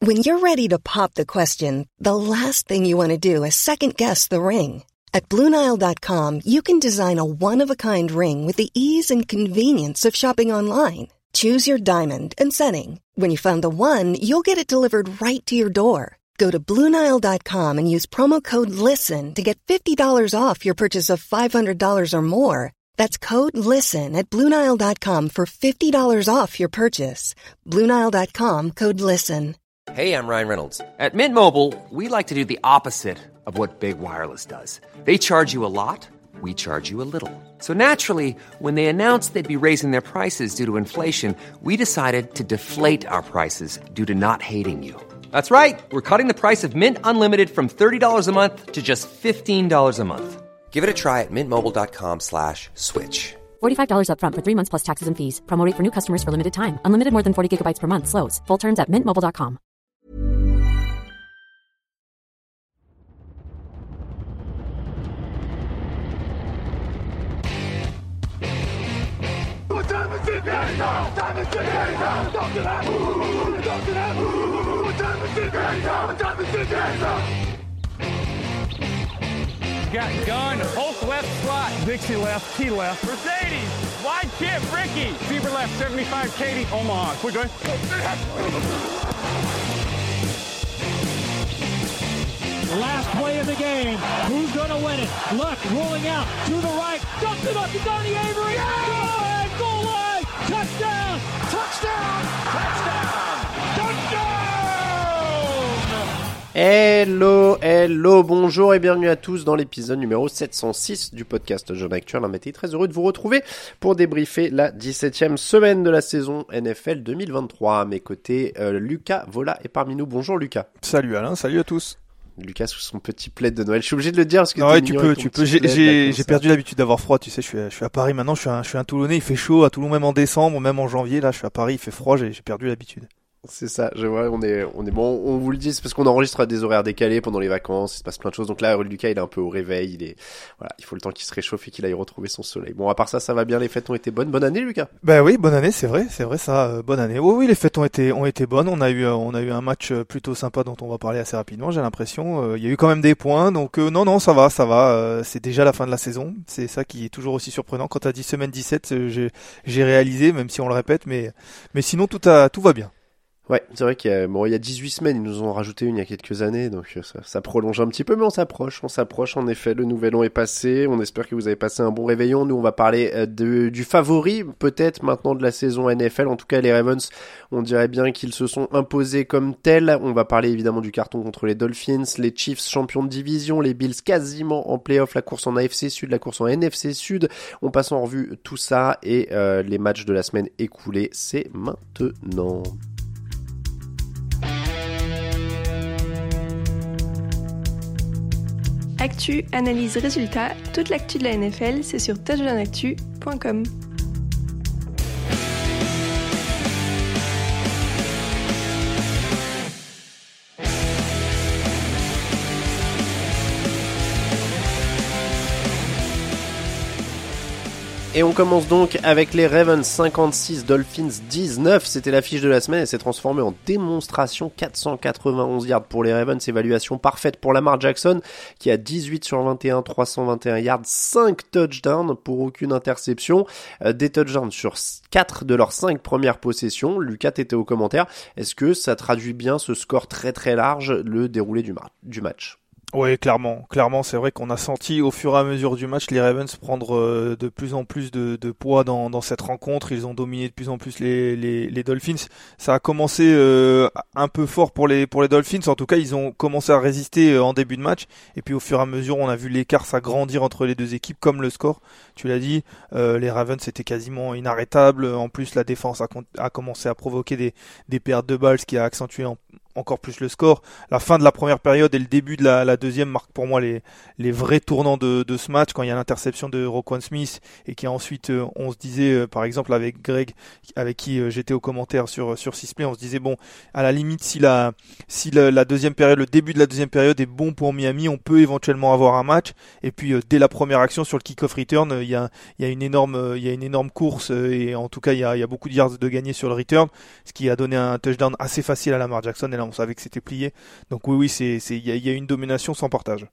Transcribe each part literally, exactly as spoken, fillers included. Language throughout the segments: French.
When you're ready to pop the question, the last thing you want to do is second-guess the ring. At Blue Nile dot com, you can design a one-of-a-kind ring with the ease and convenience of shopping online. Choose your diamond and setting. When you find the one, you'll get it delivered right to your door. Go to Blue Nile dot com and use promo code LISTEN to get fifty dollars off your purchase of five hundred dollars or more. That's code LISTEN at Blue Nile dot com for fifty dollars off your purchase. Blue Nile dot com, code LISTEN. Hey, I'm Ryan Reynolds. At Mint Mobile, we like to do the opposite of what Big Wireless does. They charge you a lot, we charge you a little. So naturally, when they announced they'd be raising their prices due to inflation, we decided to deflate our prices due to not hating you. That's right. We're cutting the price of Mint Unlimited from thirty dollars a month to just fifteen dollars a month. Give it a try at mintmobile.com slash switch. forty-five dollars up front for three months plus taxes and fees. Promo rate for new customers for limited time. Unlimited more than forty gigabytes per month. Slows full terms at mint mobile dot com. Got gun, Hulk left slot, Dixie left, T left, Mercedes, wide chip, Ricky, Fever left, seventy-five, Katie, Omaha, quick going. Last play of the game, who's gonna win it? Luck rolling out, to the right, dumps it up to Donnie Avery, yeah! Goal line, goal line, touchdown, touchdown, touchdown, touchdown! Hello, hello, bonjour et bienvenue à tous dans l'épisode numéro sept cent six du podcast Jeune Actuel. Un métier très heureux de vous retrouver pour débriefer la dix-septième semaine de la saison N F L deux mille vingt-trois. À mes côtés, euh, Lucas Vola est parmi nous. Bonjour Lucas. Salut Alain, salut à tous. Lucas sous son petit plaid de Noël. Je suis obligé de le dire parce que non, ouais, tu peux, tu peux. J'ai, j'ai, j'ai perdu l'habitude d'avoir froid. Tu sais, je suis, à, je suis à Paris maintenant. Je suis, un, je suis un Toulonnais. Il fait chaud à Toulon même en décembre, même en janvier. Là, je suis à Paris. Il fait froid. J'ai, j'ai perdu l'habitude. C'est ça, je vois, on est, on est bon, on vous le dit, c'est parce qu'on enregistre à des horaires décalés pendant les vacances, il se passe plein de choses, donc là, Lucas, il est un peu au réveil, il est, voilà, il faut le temps qu'il se réchauffe et qu'il aille retrouver son soleil. Bon, à part ça, ça va bien, les fêtes ont été bonnes. Bonne année, Lucas. Ben oui, bonne année, c'est vrai, c'est vrai, ça, euh, bonne année. Oui, oui, les fêtes ont été, ont été bonnes, on a eu, euh, on a eu un match plutôt sympa dont on va parler assez rapidement, j'ai l'impression, euh, il y a eu quand même des points, donc, euh, non, non, ça va, ça va, euh, c'est déjà la fin de la saison, c'est ça qui est toujours aussi surprenant. Quand t'as dit semaine dix-sept, euh, j'ai, j'ai réalisé, même si on le répète, mais, mais sinon, tout a, tout va bien. Ouais, c'est vrai qu'il y a, bon, il y a dix-huit semaines, ils nous ont rajouté une il y a quelques années, donc ça, ça prolonge un petit peu, mais on s'approche, on s'approche, en effet, le nouvel an est passé, on espère que vous avez passé un bon réveillon. Nous, on va parler de, du favori, peut-être, maintenant de la saison N F L, en tout cas, les Ravens, on dirait bien qu'ils se sont imposés comme tels. On va parler évidemment du carton contre les Dolphins, les Chiefs champions de division, les Bills quasiment en play-off, la course en A F C Sud, la course en N F C Sud, on passe en revue tout ça, et euh, les matchs de la semaine écoulée, c'est maintenant. Actu, analyse, résultat, toute l'actu de la N F L, c'est sur touchdown actu point com. Et on commence donc avec les Ravens cinquante-six, Dolphins dix-neuf. C'était l'affiche de la semaine et s'est transformée en démonstration. quatre cent quatre-vingt-onze yards pour les Ravens, évaluation parfaite pour Lamar Jackson qui a dix-huit sur vingt et un, trois cent vingt et un yards, cinq touchdowns pour aucune interception. Euh, des touchdowns sur quatre de leurs cinq premières possessions. Lucas, t'étais au commentaire. Est-ce que ça traduit bien ce score très très large, le déroulé du, mar- du match ? Oui, clairement, clairement, c'est vrai qu'on a senti au fur et à mesure du match les Ravens prendre euh, de plus en plus de, de poids dans, dans cette rencontre. Ils ont dominé de plus en plus les, les, les Dolphins. Ça a commencé euh, un peu fort pour les pour les Dolphins. En tout cas, ils ont commencé à résister euh, en début de match. Et puis au fur et à mesure, on a vu l'écart s'agrandir entre les deux équipes, comme le score. Tu l'as dit, euh, les Ravens c'était quasiment inarrêtable. En plus, la défense a, a commencé à provoquer des, des pertes de balles, ce qui a accentué en encore plus le score. La fin de la première période et le début de la, la deuxième marquent pour moi les, les vrais tournants de, de ce match, quand il y a l'interception de Roquan Smith et qui ensuite, euh, on se disait, euh, par exemple avec Greg, avec qui euh, j'étais au commentaire sur sur Sisplay, on se disait bon, à la limite si la si la, la deuxième période, le début de la deuxième période est bon pour Miami, on peut éventuellement avoir un match. Et puis euh, dès la première action sur le kick-off return, il euh, y a il y a une énorme euh, il y a une énorme course euh, et en tout cas il y a il y a beaucoup de yards de gagner sur le return, ce qui a donné un touchdown assez facile à Lamar Jackson. Et là on savait que c'était plié. Donc oui, oui, c'est, c'est, il y a, il y a une domination sans partage.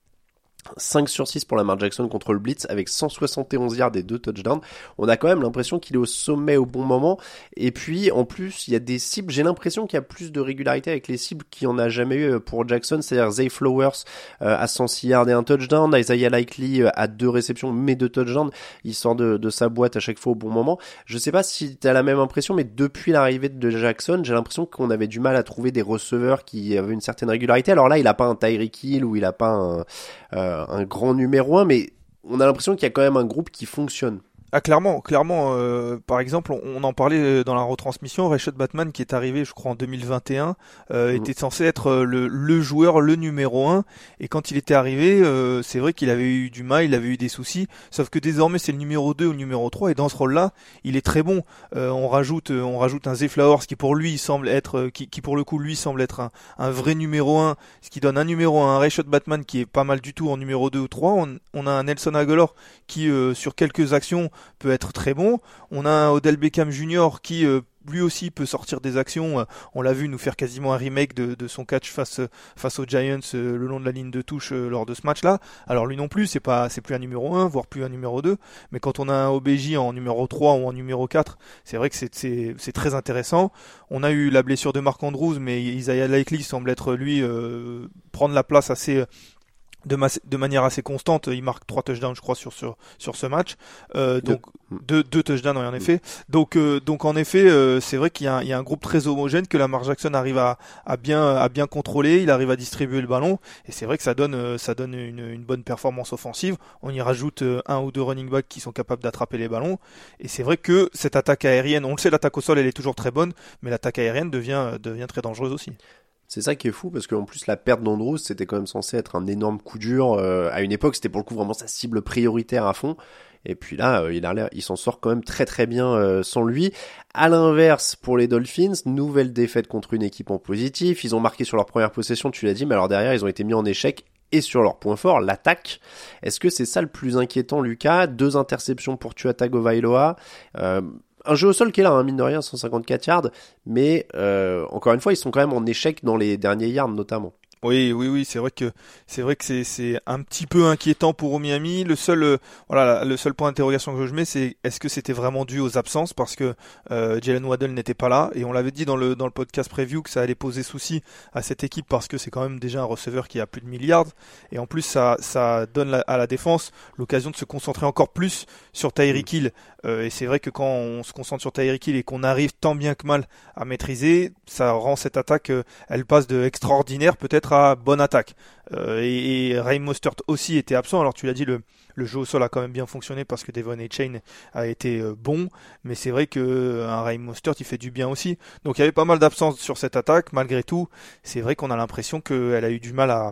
cinq sur six pour Lamar Jackson contre le Blitz avec cent soixante et onze yards et deux touchdowns. On a quand même l'impression qu'il est au sommet au bon moment. Et puis, en plus, il y a des cibles. J'ai l'impression qu'il y a plus de régularité avec les cibles qu'il n'y en a jamais eu pour Jackson. C'est-à-dire Zay Flowers euh, à cent six yards et un touchdown. Isaiah Likely euh, à deux réceptions mais deux touchdowns. Il sort de, de sa boîte à chaque fois au bon moment. Je sais pas si tu as la même impression, mais depuis l'arrivée de Jackson, j'ai l'impression qu'on avait du mal à trouver des receveurs qui avaient une certaine régularité. Alors là, il a pas un Tyreek Hill ou il a pas un... Euh, un grand numéro un, mais on a l'impression qu'il y a quand même un groupe qui fonctionne. Ah clairement, clairement. Euh, par exemple, on, on en parlait dans la retransmission. Rashad Bateman, qui est arrivé, je crois, en deux mille vingt et un, euh, mmh. était censé être le, le joueur, le numéro un. Et quand il était arrivé, euh, c'est vrai qu'il avait eu du mal, il avait eu des soucis. Sauf que désormais, c'est le numéro deux ou le numéro trois. Et dans ce rôle-là, il est très bon. Euh, on rajoute, on rajoute un Zay Flowers qui pour lui semble être, qui, qui pour le coup lui semble être un, un vrai numéro un, ce qui donne un numéro un. Un Rashad Bateman qui est pas mal du tout en numéro deux ou trois. On, on a un Nelson Agholor qui euh, sur quelques actions peut être très bon. On a un Odell Beckham Junior qui euh, lui aussi peut sortir des actions. Euh, on l'a vu nous faire quasiment un remake de, de son catch face face aux Giants euh, le long de la ligne de touche euh, lors de ce match-là. Alors lui non plus, c'est pas c'est plus un numéro un, voire plus un numéro deux, mais quand on a un O B J en numéro trois ou en numéro quatre, c'est vrai que c'est c'est c'est très intéressant. On a eu la blessure de Mark Andrews, mais Isaiah Likely semble être lui euh, prendre la place assez De, ma- de manière assez constante. Il marque trois touchdowns, je crois, sur sur sur ce match. Euh, donc deux deux touchdowns, oui, en effet. Donc euh, donc en effet, euh, c'est vrai qu'il y a un, il y a un groupe très homogène que Lamar Jackson arrive à à bien à bien contrôler. Il arrive à distribuer le ballon et c'est vrai que ça donne euh, ça donne une une bonne performance offensive. On y rajoute euh, un ou deux running backs qui sont capables d'attraper les ballons et c'est vrai que cette attaque aérienne, on le sait, l'attaque au sol elle est toujours très bonne, mais l'attaque aérienne devient devient très dangereuse aussi. C'est ça qui est fou parce qu'en plus la perte d'Andrews c'était quand même censé être un énorme coup dur. Euh, à une époque c'était pour le coup vraiment sa cible prioritaire à fond. Et puis là euh, il a l'air, il s'en sort quand même très très bien euh, sans lui. À l'inverse pour les Dolphins, nouvelle défaite contre une équipe en positif. Ils ont marqué sur leur première possession, tu l'as dit, mais alors derrière ils ont été mis en échec. Et sur leur point fort, l'attaque. Est-ce que c'est ça le plus inquiétant, Lucas ? Deux interceptions pour Tua Tagovailoa. Euh, Un jeu au sol qui est là, hein, mine de rien, cent cinquante-quatre yards, mais euh, encore une fois, ils sont quand même en échec dans les derniers yards notamment. Oui, oui, oui, c'est vrai que c'est vrai que c'est c'est un petit peu inquiétant pour Miami. Le seul euh, voilà, le seul point d'interrogation que je mets, c'est est-ce que c'était vraiment dû aux absences parce que euh, Jalen Waddle n'était pas là et on l'avait dit dans le dans le podcast preview que ça allait poser souci à cette équipe parce que c'est quand même déjà un receveur qui a plus de milliards et en plus ça ça donne la, à la défense l'occasion de se concentrer encore plus sur Tyreek Hill. Euh, et c'est vrai que quand on se concentre sur Tyreek Hill et qu'on arrive tant bien que mal à maîtriser, ça rend cette attaque, euh, elle passe de extraordinaire peut-être à bonne attaque. Euh, et, et Raheem Mostert aussi était absent. Alors tu l'as dit, le, le jeu au sol a quand même bien fonctionné parce que Devon Achane a été euh, bon, mais c'est vrai que euh, un Raheem Mostert il fait du bien aussi. Donc il y avait pas mal d'absences sur cette attaque. Malgré tout, c'est vrai qu'on a l'impression qu'elle a eu du mal à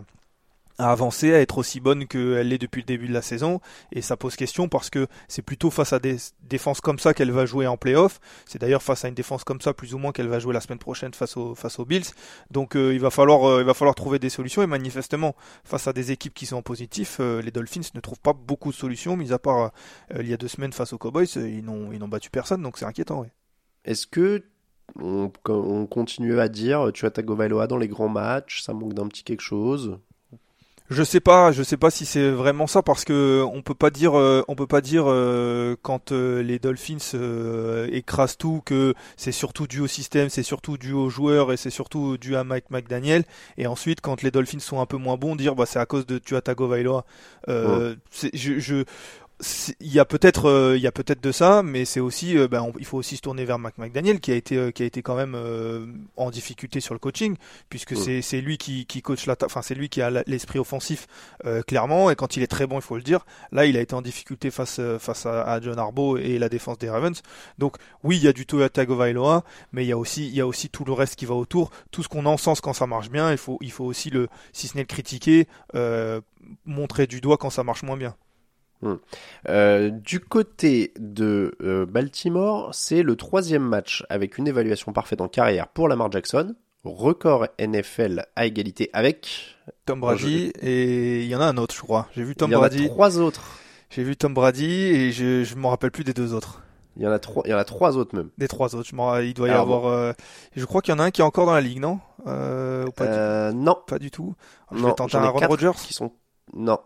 à avancer, à être aussi bonne qu'elle l'est depuis le début de la saison, et ça pose question parce que c'est plutôt face à des défenses comme ça qu'elle va jouer en play-off. C'est d'ailleurs face à une défense comme ça plus ou moins qu'elle va jouer la semaine prochaine face aux face aux Bills. Donc euh, il va falloir euh, il va falloir trouver des solutions et manifestement face à des équipes qui sont en positif, euh, les Dolphins ne trouvent pas beaucoup de solutions, mis à part euh, il y a deux semaines face aux Cowboys, ils n'ont ils n'ont battu personne, donc c'est inquiétant. Oui. Est-ce que on, on continue à dire tu as Tagovailoa dans les grands matchs, ça manque d'un petit quelque chose? Je sais pas, je sais pas si c'est vraiment ça parce que on peut pas dire, euh, on peut pas dire euh, quand euh, les Dolphins euh, écrasent tout que c'est surtout dû au système, c'est surtout dû aux joueurs et c'est surtout dû à Mike McDaniel. Et ensuite, quand les Dolphins sont un peu moins bons, dire bah c'est à cause de Tua Tagovailoa. Euh, ouais. c'est, je, je il y a peut-être euh, il y a peut-être de ça, mais c'est aussi euh, ben, on, il faut aussi se tourner vers Mike McDaniel qui a été euh, qui a été quand même euh, en difficulté sur le coaching puisque mmh. c'est c'est lui qui qui coach la enfin c'est lui qui a l'esprit offensif euh, clairement, et quand il est très bon il faut le dire, là il a été en difficulté face face à, à John Harbaugh et la défense des Ravens. Donc oui, il y a du Tua Tagovailoa, mais il y a aussi il y a aussi tout le reste qui va autour, tout ce qu'on encense quand ça marche bien, il faut il faut aussi le si ce n'est le critiquer, euh, montrer du doigt quand ça marche moins bien. Hum. Euh, du côté de euh, Baltimore, c'est le troisième match avec une évaluation parfaite en carrière pour Lamar Jackson, record N F L à égalité avec Tom Brady, je... et il y en a un autre je crois. J'ai vu Tom il y Brady. En a trois autres. J'ai vu Tom Brady et je je m'en rappelle plus des deux autres. Il y en a trois, il y en a trois autres même. Des trois autres, je m'en... il doit y Alors, avoir. bon. Euh... Je crois qu'il y en a un qui est encore dans la ligue, non euh, ou pas euh, du... Non. Pas du tout. Je non, vais tenter j'en ai un Aaron quatre Rodgers. Qui sont... Non.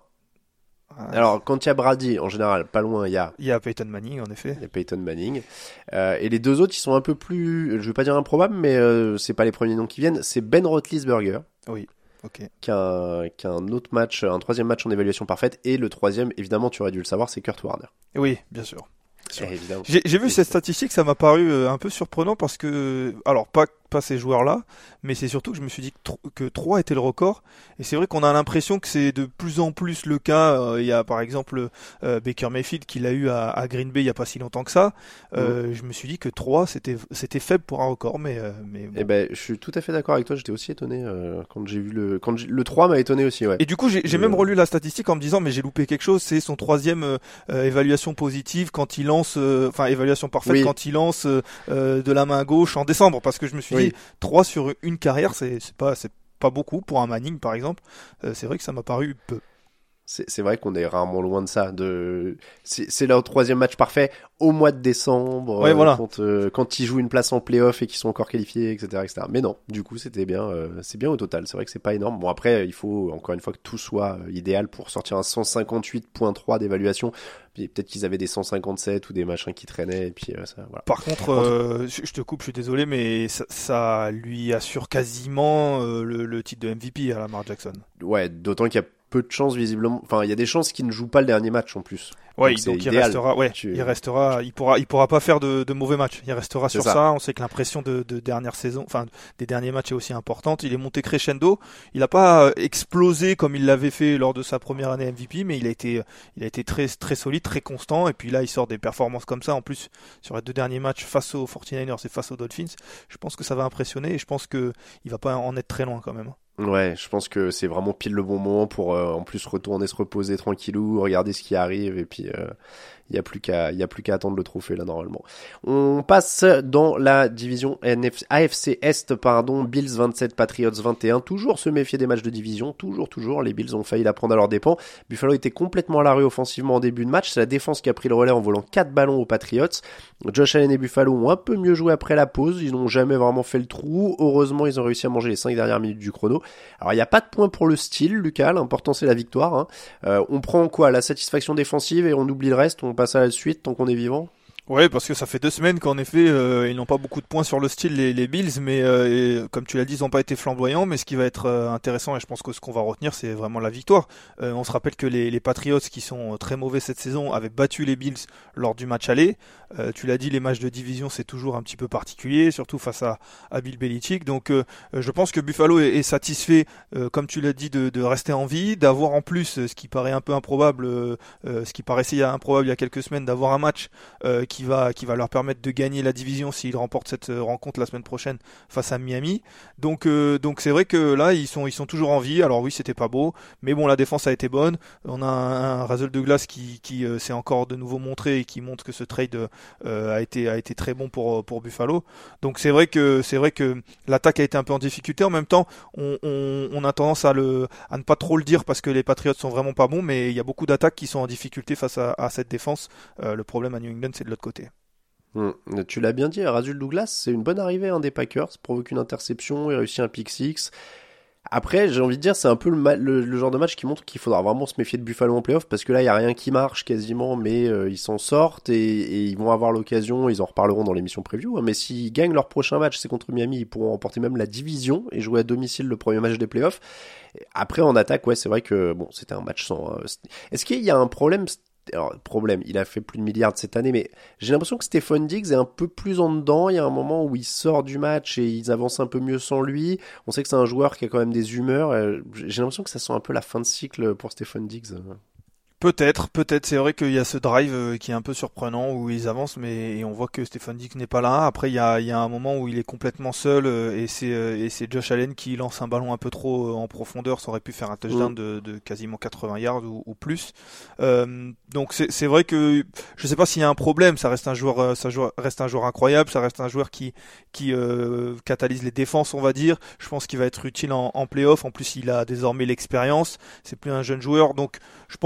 Ah. Alors, quand il y a Brady, en général, pas loin, il y a... Il y a Peyton Manning, en effet. Il y a Peyton Manning. Euh, et les deux autres, ils sont un peu plus... Je vais pas dire improbables, mais euh, c'est pas les premiers noms qui viennent. C'est Ben Roethlisberger. Oui. Ok. Qui a, un, qui a un autre match, un troisième match en évaluation parfaite. Et le troisième, évidemment, tu aurais dû le savoir, c'est Kurt Warner. Oui, bien sûr. Eh, j'ai, j'ai vu cette statistique, ça m'a paru euh, un peu surprenant parce que, alors pas, pas ces joueurs-là, mais c'est surtout que je me suis dit que, tro- que trois était le record. Et c'est vrai qu'on a l'impression que c'est de plus en plus le cas. Euh, il y a par exemple euh, Baker Mayfield qui l'a eu à, à Green Bay il n'y a pas si longtemps que ça. Euh, mmh. Je me suis dit que trois c'était, c'était faible pour un record, mais... Euh, mais bon. Eh ben, je suis tout à fait d'accord avec toi, j'étais aussi étonné euh, quand j'ai vu le... Quand j'ai... Le trois m'a étonné aussi, ouais. Et du coup, j'ai, j'ai euh... même relu la statistique en me disant, mais j'ai loupé quelque chose, c'est son troisième euh, euh, évaluation positive quand il lance... Enfin, euh, évaluation parfaite oui. quand il lance euh, de la main gauche en décembre, parce que je me suis oui. dit, trois sur une carrière, c'est, c'est, pas, c'est pas beaucoup pour un Manning, par exemple. Euh, c'est vrai que ça m'a paru peu. C'est, c'est vrai qu'on est rarement loin de ça. De... C'est, c'est leur troisième match parfait au mois de décembre, ouais, euh, voilà. quand, euh, quand ils jouent une place en play-off et qu'ils sont encore qualifiés, et cetera, et cetera. Mais non, du coup, c'était bien, euh, c'est bien au total. C'est vrai que c'est pas énorme. Bon, après, il faut encore une fois que tout soit euh, idéal pour sortir un cent cinquante-huit virgule trois d'évaluation. Puis peut-être qu'ils avaient des cent cinquante-sept ou des machins qui traînaient. Et puis euh, ça, voilà. Par contre, euh, je te coupe, je suis désolé, mais ça, ça lui assure quasiment euh, le, le titre de M V P à Lamar Jackson. Ouais, d'autant qu'il y a peu de chances visiblement. Enfin, il y a des chances qu'il ne joue pas le dernier match en plus. Ouais, donc, donc il restera. Ouais, tu... il restera. Il pourra. Il pourra pas faire de, de mauvais matchs. Il restera sur ça. ça. On sait que l'impression de, de dernière saison, enfin des derniers matchs est aussi importante. Il est monté crescendo. Il n'a pas explosé comme il l'avait fait lors de sa première année M V P, mais il a été, il a été très très solide, très constant. Et puis là, il sort des performances comme ça. En plus, sur les deux derniers matchs face aux forty-niners et face aux Dolphins, je pense que ça va impressionner. Et je pense que il va pas en être très loin quand même. Ouais, je pense que c'est vraiment pile le bon moment pour euh, en plus retourner se reposer tranquillou, regarder ce qui arrive et puis il euh, y a plus qu'à il y a plus qu'à attendre le trophée là normalement. On passe dans la division N F... A F C Est pardon, Bills vingt-sept Patriots vingt et un, toujours se méfier des matchs de division, toujours toujours les Bills ont failli la prendre à leurs dépens. Buffalo était complètement à la rue offensivement en début de match, c'est la défense qui a pris le relais en volant quatre ballons aux Patriots. Josh Allen et Buffalo ont un peu mieux joué après la pause, ils n'ont jamais vraiment fait le trou. Heureusement, ils ont réussi à manger les cinq dernières minutes du chrono. Alors il n'y a pas de point pour le style, Lucas, l'important c'est la victoire. Hein. Euh, on prend quoi, la satisfaction défensive et on oublie le reste, on passe à la suite tant qu'on est vivant. Ouais, parce que ça fait deux semaines qu'en effet, euh, ils n'ont pas beaucoup de points sur le style, les, les Bills, mais euh, et, comme tu l'as dit, ils n'ont pas été flamboyants, mais ce qui va être euh, intéressant, et je pense que ce qu'on va retenir, c'est vraiment la victoire. Euh, on se rappelle que les, les Patriots, qui sont très mauvais cette saison, avaient battu les Bills lors du match aller. Euh, tu l'as dit, les matchs de division, c'est toujours un petit peu particulier, surtout face à, à Bill Belichick. Donc euh, je pense que Buffalo est, est satisfait, euh, comme tu l'as dit, de, de rester en vie, d'avoir en plus, ce qui paraît un peu improbable, euh, ce qui paraissait improbable il y a quelques semaines, d'avoir un match euh, qui Qui va, qui va leur permettre de gagner la division s'ils remportent cette rencontre la semaine prochaine face à Miami. Donc, euh, donc c'est vrai que là, ils sont, ils sont toujours en vie. Alors oui, c'était pas beau, mais bon, la défense a été bonne. On a un, un Russell Douglas qui, qui euh, s'est encore de nouveau montré et qui montre que ce trade euh, a été, a été très bon pour, pour Buffalo. Donc c'est vrai que, c'est vrai que l'attaque a été un peu en difficulté. En même temps, on, on, on a tendance à le, à ne pas trop le dire parce que les Patriots sont vraiment pas bons, mais il y a beaucoup d'attaques qui sont en difficulté face à, à cette défense. Euh, le problème à New England, c'est de l'autre côté. Mmh. Tu l'as bien dit, Russell Douglas, c'est une bonne arrivée hein, des Packers, provoque une interception, il réussit un pick six. Après, j'ai envie de dire, c'est un peu le, ma- le, le genre de match qui montre qu'il faudra vraiment se méfier de Buffalo en playoff, parce que là, il n'y a rien qui marche quasiment, mais euh, ils s'en sortent et, et ils vont avoir l'occasion, ils en reparleront dans l'émission preview, hein, mais s'ils gagnent leur prochain match, c'est contre Miami, ils pourront remporter même la division et jouer à domicile le premier match des playoffs. Après, en attaque, ouais, c'est vrai que bon, c'était un match sans... Euh, est-ce qu'il y a un problème Alors, problème, il a fait plus de milliards cette année, mais j'ai l'impression que Stephon Diggs est un peu plus en dedans. Il y a un moment où il sort du match et ils avancent un peu mieux sans lui. On sait que c'est un joueur qui a quand même des humeurs. J'ai l'impression que ça sent un peu la fin de cycle pour Stephon Diggs. Peut-être, peut-être. C'est vrai qu'il y a ce drive euh, qui est un peu surprenant où ils avancent, mais et on voit que Stephon Diggs n'est pas là. Après, il y a, il y a un moment où il est complètement seul euh, et c'est euh, et c'est Josh Allen qui lance un ballon un peu trop euh, en profondeur. Ça aurait pu faire un touchdown mmh. de, de quasiment quatre-vingts yards ou, ou plus. Euh, donc c'est, c'est vrai que je sais pas s'il y a un problème. Ça reste un joueur, ça reste un joueur incroyable. Ça reste un joueur qui qui euh, catalyse les défenses, on va dire. Je pense qu'il va être utile en, en play-off. En plus, il a désormais l'expérience. C'est plus un jeune joueur, donc je pense que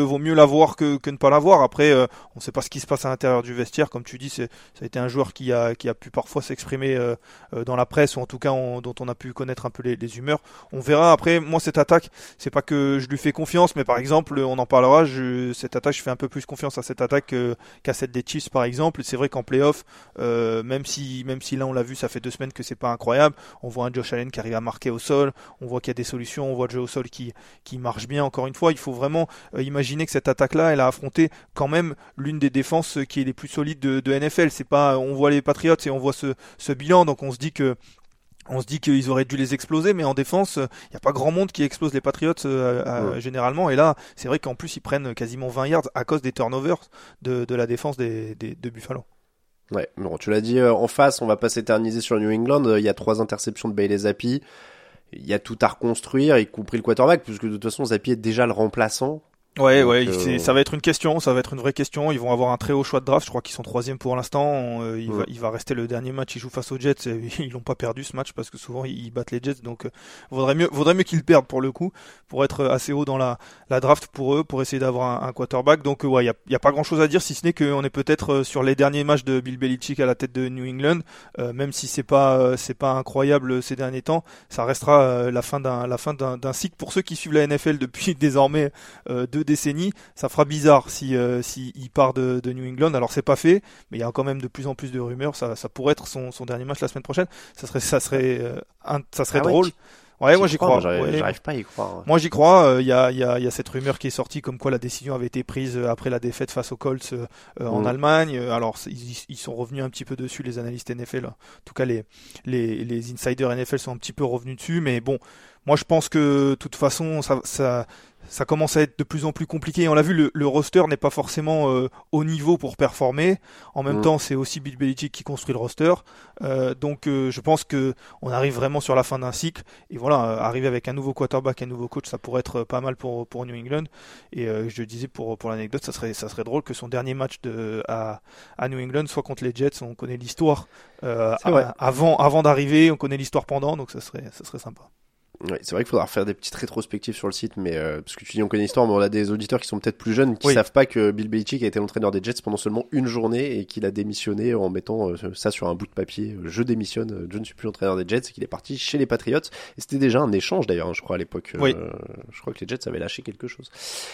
vaut mieux l'avoir que, que ne pas l'avoir. Après, euh, on ne sait pas ce qui se passe à l'intérieur du vestiaire. Comme tu dis, c'est, ça a été un joueur qui a, qui a pu parfois s'exprimer euh, euh, dans la presse, ou en tout cas on, dont on a pu connaître un peu les, les humeurs. On verra. Après, moi, cette attaque, c'est pas que je lui fais confiance, mais par exemple, on en parlera, je, cette attaque, je fais un peu plus confiance à cette attaque euh, qu'à celle des Chiefs, par exemple. C'est vrai qu'en playoff, euh, même si, même si là, on l'a vu, ça fait deux semaines que c'est pas incroyable, on voit un Josh Allen qui arrive à marquer au sol, on voit qu'il y a des solutions, on voit le jeu au sol qui, qui marche bien. Encore une fois, il faut vraiment euh, imaginer que cette attaque-là, elle a affronté quand même l'une des défenses qui est les plus solides de, de N F L. C'est pas, on voit les Patriots et on voit ce, ce bilan, donc on se dit que On se dit qu'ils auraient dû les exploser, mais en défense, il euh, n'y a pas grand monde qui explose les Patriots euh, euh, ouais. généralement. Et là, c'est vrai qu'en plus, ils prennent quasiment vingt yards à cause des turnovers de, de la défense des, des, de Buffalo. Ouais, bon, tu l'as dit euh, en face, on va pas s'éterniser sur New England. Il y a trois interceptions de Bailey Zappi. Il y a tout à reconstruire, y compris le quarterback, puisque de toute façon, Zappi est déjà le remplaçant. Ouais, Donc, ouais, euh... c'est, ça va être une question, ça va être une vraie question. Ils vont avoir un très haut choix de draft. Je crois qu'ils sont troisième pour l'instant. Euh, il, ouais. va, il va rester le dernier match. Ils jouent face aux Jets. Et ils l'ont pas perdu ce match parce que souvent ils battent les Jets. Donc, euh, vaudrait mieux, vaudrait mieux qu'ils le perdent pour le coup, pour être assez haut dans la, la draft pour eux, pour essayer d'avoir un, un quarterback. Donc, euh, ouais, il y a, y a pas grand chose à dire si ce n'est qu'on est peut-être sur les derniers matchs de Bill Belichick à la tête de New England. Euh, même si c'est pas, euh, c'est pas incroyable ces derniers temps, ça restera euh, la fin d'un, la fin d'un, d'un cycle pour ceux qui suivent la N F L depuis désormais euh, deux décennies. Ça fera bizarre si euh, si il part de, de New England. Alors c'est pas fait, mais il y a quand même de plus en plus de rumeurs. Ça, ça pourrait être son, son dernier match la semaine prochaine. Ça serait ça serait euh, un, ça serait ah drôle. Ouais, ouais moi j'y crois. crois. J'arrive, ouais. j'arrive pas à y croire. Ouais. Moi j'y crois. Il euh, y a il y a il y a cette rumeur qui est sortie comme quoi la décision avait été prise après la défaite face aux Colts euh, mmh. en Allemagne. Alors ils, ils sont revenus un petit peu dessus, les analystes N F L. En tout cas les les les insiders N F L sont un petit peu revenus dessus, mais bon. Moi, je pense que, de toute façon, ça, ça, ça commence à être de plus en plus compliqué. On l'a vu, le, le roster n'est pas forcément euh, au niveau pour performer. En même mmh. temps, c'est aussi Bill Belichick qui construit le roster. Euh, donc, euh, je pense que on arrive vraiment sur la fin d'un cycle. Et voilà, euh, arriver avec un nouveau quarterback, un nouveau coach, ça pourrait être pas mal pour pour New England. Et euh, je disais pour pour l'anecdote, ça serait ça serait drôle que son dernier match de à à New England soit contre les Jets. On connaît l'histoire euh, à, avant avant d'arriver, on connaît l'histoire pendant, donc ça serait ça serait sympa. Ouais, c'est vrai qu'il faudra faire des petites rétrospectives sur le site, mais euh, parce que tu dis on connaît l'histoire, mais on a des auditeurs qui sont peut-être plus jeunes, qui oui. savent pas que Bill Belichick a été l'entraîneur des Jets pendant seulement une journée et qu'il a démissionné en mettant euh, ça sur un bout de papier. Je démissionne, je ne suis plus l'entraîneur des Jets, et qu'il est parti chez les Patriots. Et c'était déjà un échange d'ailleurs, hein, je crois à l'époque. Euh, oui. Je crois que les Jets avaient lâché quelque chose.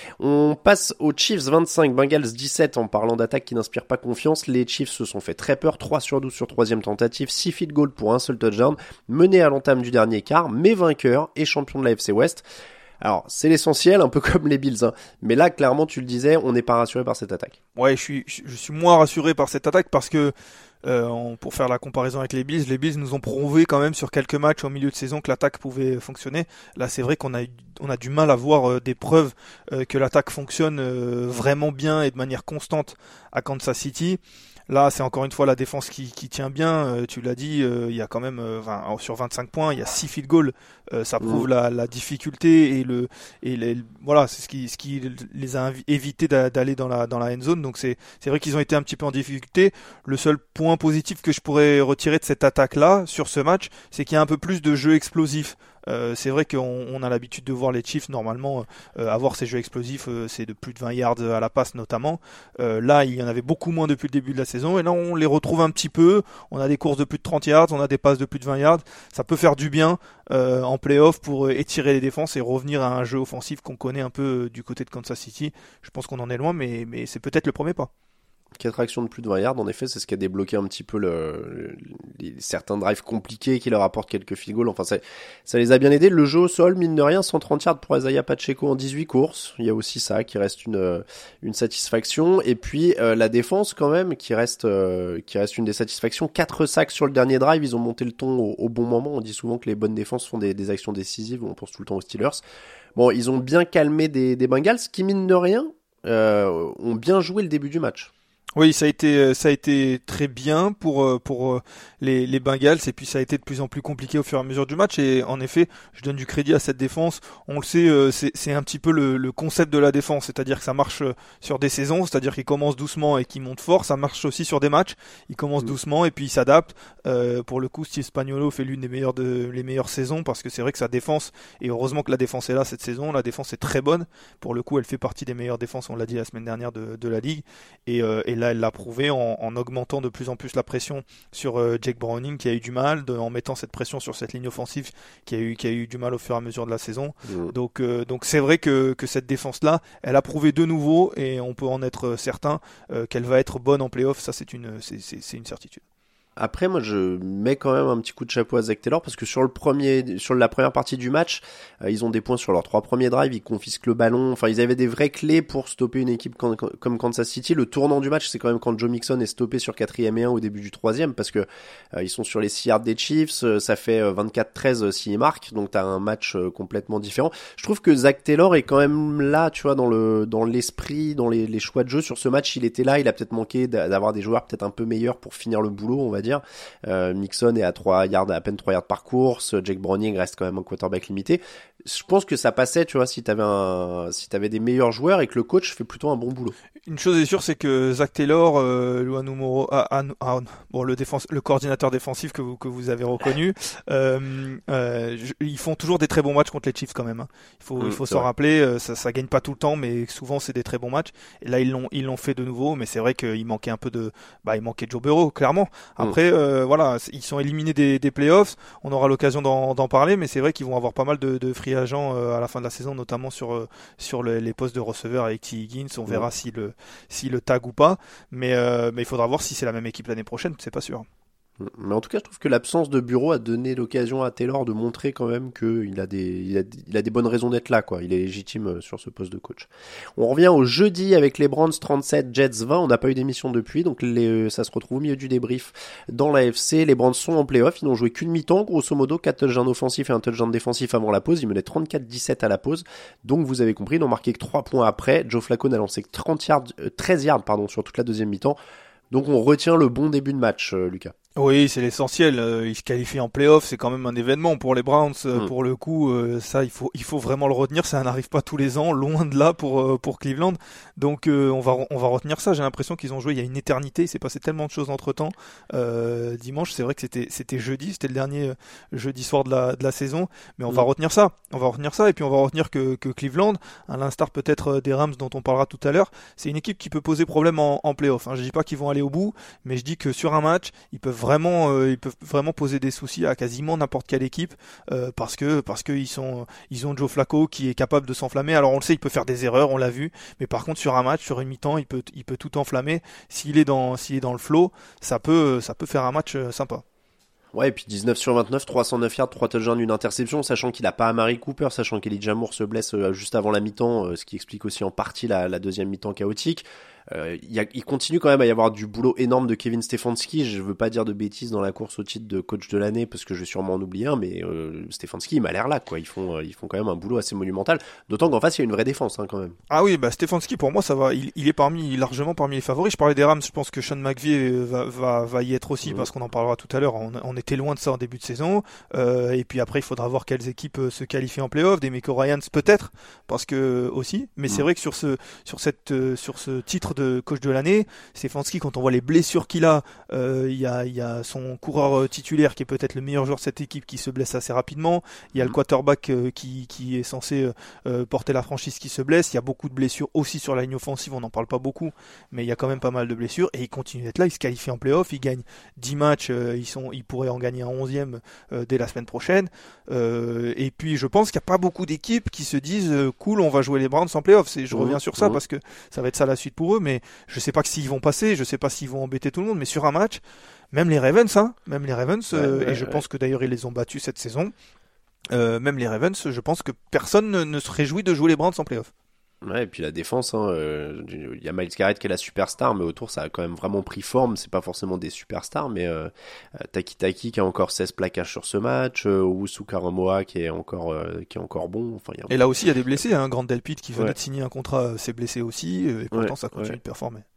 On passe aux Chiefs vingt-cinq, Bengals dix-sept. En parlant d'attaque qui n'inspire pas confiance, les Chiefs se sont fait très peur. trois sur douze sur troisième tentative, six field goals pour un seul touchdown, menés à l'entame du dernier quart, mais vainqueurs et champions de la F C West. Alors, c'est l'essentiel, un peu comme les Bills, hein. Mais là, clairement, tu le disais, on n'est pas rassuré par cette attaque. Ouais, je suis, je suis moins rassuré par cette attaque parce que, euh, on, pour faire la comparaison avec les Bills, les Bills nous ont prouvé quand même sur quelques matchs au milieu de saison que l'attaque pouvait fonctionner. Là, c'est vrai qu'on a, on a du mal à voir euh, des preuves euh, que l'attaque fonctionne euh, vraiment bien et de manière constante à Kansas City. Là, c'est encore une fois la défense qui, qui tient bien. Euh, tu l'as dit, euh, il y a quand même euh, vingt, sur vingt-cinq points, il y a six field goals. Euh, ça prouve mmh. la, la difficulté et le et les, voilà, c'est ce qui ce qui les a évité d'aller dans la dans la end zone. Donc c'est c'est vrai qu'ils ont été un petit peu en difficulté. Le seul point positif que je pourrais retirer de cette attaque là sur ce match, c'est qu'il y a un peu plus de jeu explosif. Euh, c'est vrai qu'on on a l'habitude de voir les Chiefs normalement euh, avoir ces jeux explosifs, euh, c'est de plus de vingt yards à la passe notamment. Euh, là, il y en avait beaucoup moins depuis le début de la saison et là on les retrouve un petit peu. On a des courses de plus de trente yards, on a des passes de plus de vingt yards. Ça peut faire du bien euh, en play-off pour étirer les défenses et revenir à un jeu offensif qu'on connaît un peu du côté de Kansas City. Je pense qu'on en est loin, mais mais c'est peut-être le premier pas. Quatre actions de plus de vingt yards, en effet, c'est ce qui a débloqué un petit peu le, le, les, certains drives compliqués qui leur apportent quelques field goals. Enfin, ça, ça les a bien aidés. Le jeu au sol, mine de rien, cent trente yards pour Isaiah Pacheco en dix-huit courses. Il y a aussi ça qui reste une, une satisfaction. Et puis, euh, la défense, quand même, qui reste, euh, qui reste une des satisfactions. Quatre sacs sur le dernier drive. Ils ont monté le ton au, au bon moment. On dit souvent que les bonnes défenses font des, des actions décisives. On pense tout le temps aux Steelers. Bon, ils ont bien calmé des, des Bengals qui, mine de rien, euh, ont bien joué le début du match. Oui, ça a été ça a été très bien pour pour les les Bengals et puis ça a été de plus en plus compliqué au fur et à mesure du match et en effet, je donne du crédit à cette défense. On le sait, c'est c'est un petit peu le le concept de la défense, c'est-à-dire que ça marche sur des saisons, c'est-à-dire qu'ils commencent doucement et qu'ils montent fort. Ça marche aussi sur des matchs. Ils commencent mmh. doucement et puis ils s'adaptent. Euh, pour le coup, Steve Spagnuolo fait l'une des meilleures de les meilleures saisons parce que c'est vrai que sa défense et heureusement que la défense est là cette saison. La défense est très bonne. Pour le coup, elle fait partie des meilleures défenses. On l'a dit la semaine dernière de de la ligue et euh, et là, elle l'a prouvé en, en augmentant de plus en plus la pression sur euh, Jake Browning qui a eu du mal, de, en mettant cette pression sur cette ligne offensive qui a eu, qui a eu du mal au fur et à mesure de la saison. Mmh. Donc, euh, donc c'est vrai que, que cette défense-là, elle a prouvé de nouveau et on peut en être certain euh, qu'elle va être bonne en play-off. Ça, c'est une, c'est, c'est, c'est une certitude. Après, moi, je mets quand même un petit coup de chapeau à Zach Taylor parce que sur le premier, sur la première partie du match, euh, ils ont des points sur leurs trois premiers drives, ils confisquent le ballon. Enfin, ils avaient des vraies clés pour stopper une équipe comme, comme Kansas City. Le tournant du match, c'est quand même quand Joe Mixon est stoppé sur quatrième et un au début du troisième parce que euh, ils sont sur les six yards des Chiefs. Euh, ça fait vingt-quatre treize s'ils marquent, donc t'as un match euh, complètement différent. Je trouve que Zach Taylor est quand même là, tu vois, dans le, dans l'esprit, dans les, les choix de jeu. Sur ce match, il était là. Il a peut-être manqué d'avoir des joueurs peut-être un peu meilleurs pour finir le boulot, on va dire. Euh, Mixon est à trois yards, à peine trois yards par course. Jake Browning reste quand même un quarterback limité. Je pense que ça passait, tu vois, si t'avais un, si t'avais des meilleurs joueurs et que le coach fait plutôt un bon boulot. Une chose est sûre, c'est que Zach Taylor, euh, Luanu Moro, ah, ah, ah, bon, le défense, le coordinateur défensif que vous, que vous avez reconnu, euh, euh, ils font toujours des très bons matchs contre les Chiefs quand même. Hein. Il faut, mmh, il faut s'en vrai. rappeler. Euh, ça, ça gagne pas tout le temps, mais souvent c'est des très bons matchs. Et là, ils l'ont, ils l'ont fait de nouveau, mais c'est vrai qu'il manquait un peu de, bah, il manquait Joe Burrow, clairement. Après, mmh. euh, voilà, ils sont éliminés des, des playoffs. On aura l'occasion d'en, d'en parler, mais c'est vrai qu'ils vont avoir pas mal de, de free agents euh, à la fin de la saison, notamment sur euh, sur le, les postes de receveurs avec T. Higgins. On verra mmh. si le si le tag ou pas, mais euh, mais il faudra voir si c'est la même équipe l'année prochaine, c'est pas sûr. Mais en tout cas, je trouve que l'absence de Bureau a donné l'occasion à Taylor de montrer quand même qu'il a des, il a, il a des bonnes raisons d'être là, quoi. Il est légitime sur ce poste de coach. On revient au jeudi avec les Browns trente-sept, Jets vingt. On n'a pas eu d'émission depuis, donc les, ça se retrouve au milieu du débrief dans l'A F C. Les Browns sont en play-off. Ils n'ont joué qu'une mi-temps, grosso modo, quatre touchdowns offensifs et un touchdown défensif avant la pause. Ils menaient trente-quatre dix-sept à la pause. Donc, vous avez compris, ils n'ont marqué que trois points après. Joe Flacco n'a lancé que trente yards, euh, treize yards, pardon, sur toute la deuxième mi-temps. Donc, on retient le bon début de match, euh, Lucas. Oui, c'est l'essentiel. Euh, ils se qualifient en play-off, c'est quand même un événement pour les Browns. Euh, mmh. Pour le coup, euh, ça, il faut, il faut vraiment le retenir. Ça n'arrive pas tous les ans, loin de là pour euh, pour Cleveland. Donc, euh, on va on va retenir ça. J'ai l'impression qu'ils ont joué il y a une éternité. Il s'est passé tellement de choses entre temps. Euh, dimanche, c'est vrai que c'était c'était jeudi, c'était le dernier euh, jeudi soir de la de la saison. Mais on mmh. va retenir ça. On va retenir ça et puis on va retenir que que Cleveland, à l'instar peut-être des Rams dont on parlera tout à l'heure, c'est une équipe qui peut poser problème en, en play-off. Hein. Je dis pas qu'ils vont aller au bout, mais je dis que sur un match, ils peuvent vraiment euh, ils peuvent vraiment poser des soucis à quasiment n'importe quelle équipe euh, parce que parce que ils sont ils ont Joe Flacco qui est capable de s'enflammer. Alors on le sait, il peut faire des erreurs, on l'a vu, mais par contre sur un match, sur une mi-temps, il peut il peut tout enflammer. S'il est dans s'il est dans le flow, ça peut ça peut faire un match sympa. Ouais, et puis dix-neuf sur vingt-neuf, trois cent neuf yards, trois touchdowns, une interception, sachant qu'il a pas Amari Cooper, sachant qu'Elijah Moore se blesse juste avant la mi-temps, ce qui explique aussi en partie la, la deuxième mi-temps chaotique. Euh, il, y a, il continue quand même à y avoir du boulot énorme de Kevin Stefanski. Je veux pas dire de bêtises dans la course au titre de coach de l'année parce que je vais sûrement en oublier un, mais euh, Stefanski il m'a l'air là, quoi. Ils font, euh, ils font quand même un boulot assez monumental. D'autant qu'en face il y a une vraie défense, hein, quand même. Ah oui, bah Stefanski pour moi ça va. Il, il est parmi largement parmi les favoris. Je parlais des Rams, je pense que Sean McVay va, va, va y être aussi mmh. parce qu'on en parlera tout à l'heure. On, on était loin de ça en début de saison. Euh, et puis après il faudra voir quelles équipes se qualifient en play-off. Des Meko Ryans peut-être parce que aussi. Mais mmh. c'est vrai que sur ce, sur cette, euh, sur ce titre de coach de l'année. Stefanski, quand on voit les blessures qu'il a, il euh, y, a, y a son coureur titulaire qui est peut-être le meilleur joueur de cette équipe qui se blesse assez rapidement. Il y a le quarterback euh, qui, qui est censé euh, porter la franchise qui se blesse. Il y a beaucoup de blessures aussi sur la ligne offensive, on n'en parle pas beaucoup, mais il y a quand même pas mal de blessures et il continue d'être là. Il se qualifie en play-off, il gagne dix matchs, euh, ils, sont, ils pourraient en gagner un onzième euh, dès la semaine prochaine. Euh, et puis je pense qu'il n'y a pas beaucoup d'équipes qui se disent euh, cool, on va jouer les Browns en play-off. C'est, je reviens sur ça parce que ça va être ça la suite pour eux, mais je sais pas s'ils vont passer, je sais pas s'ils vont embêter tout le monde, mais sur un match, même les Ravens, hein, même les Ravens, euh, ouais, ouais, et je ouais. pense que d'ailleurs ils les ont battus cette saison, euh, même les Ravens, je pense que personne ne, ne se réjouit de jouer les Browns en play-off. Ouais, et puis la défense, hein, euh, il y a Myles Garrett qui est la superstar, mais autour ça a quand même vraiment pris forme. C'est pas forcément des superstars, mais euh, Taki Taki qui a encore seize plaquages sur ce match, euh, Owusu Karamoa qui est encore euh, qui est encore bon. Enfin, y a... Et là aussi il y a des blessés, hein, Grant Delpit qui venait ouais. de signer un contrat, s'est blessé aussi, et pourtant ouais, ça continue ouais. de performer.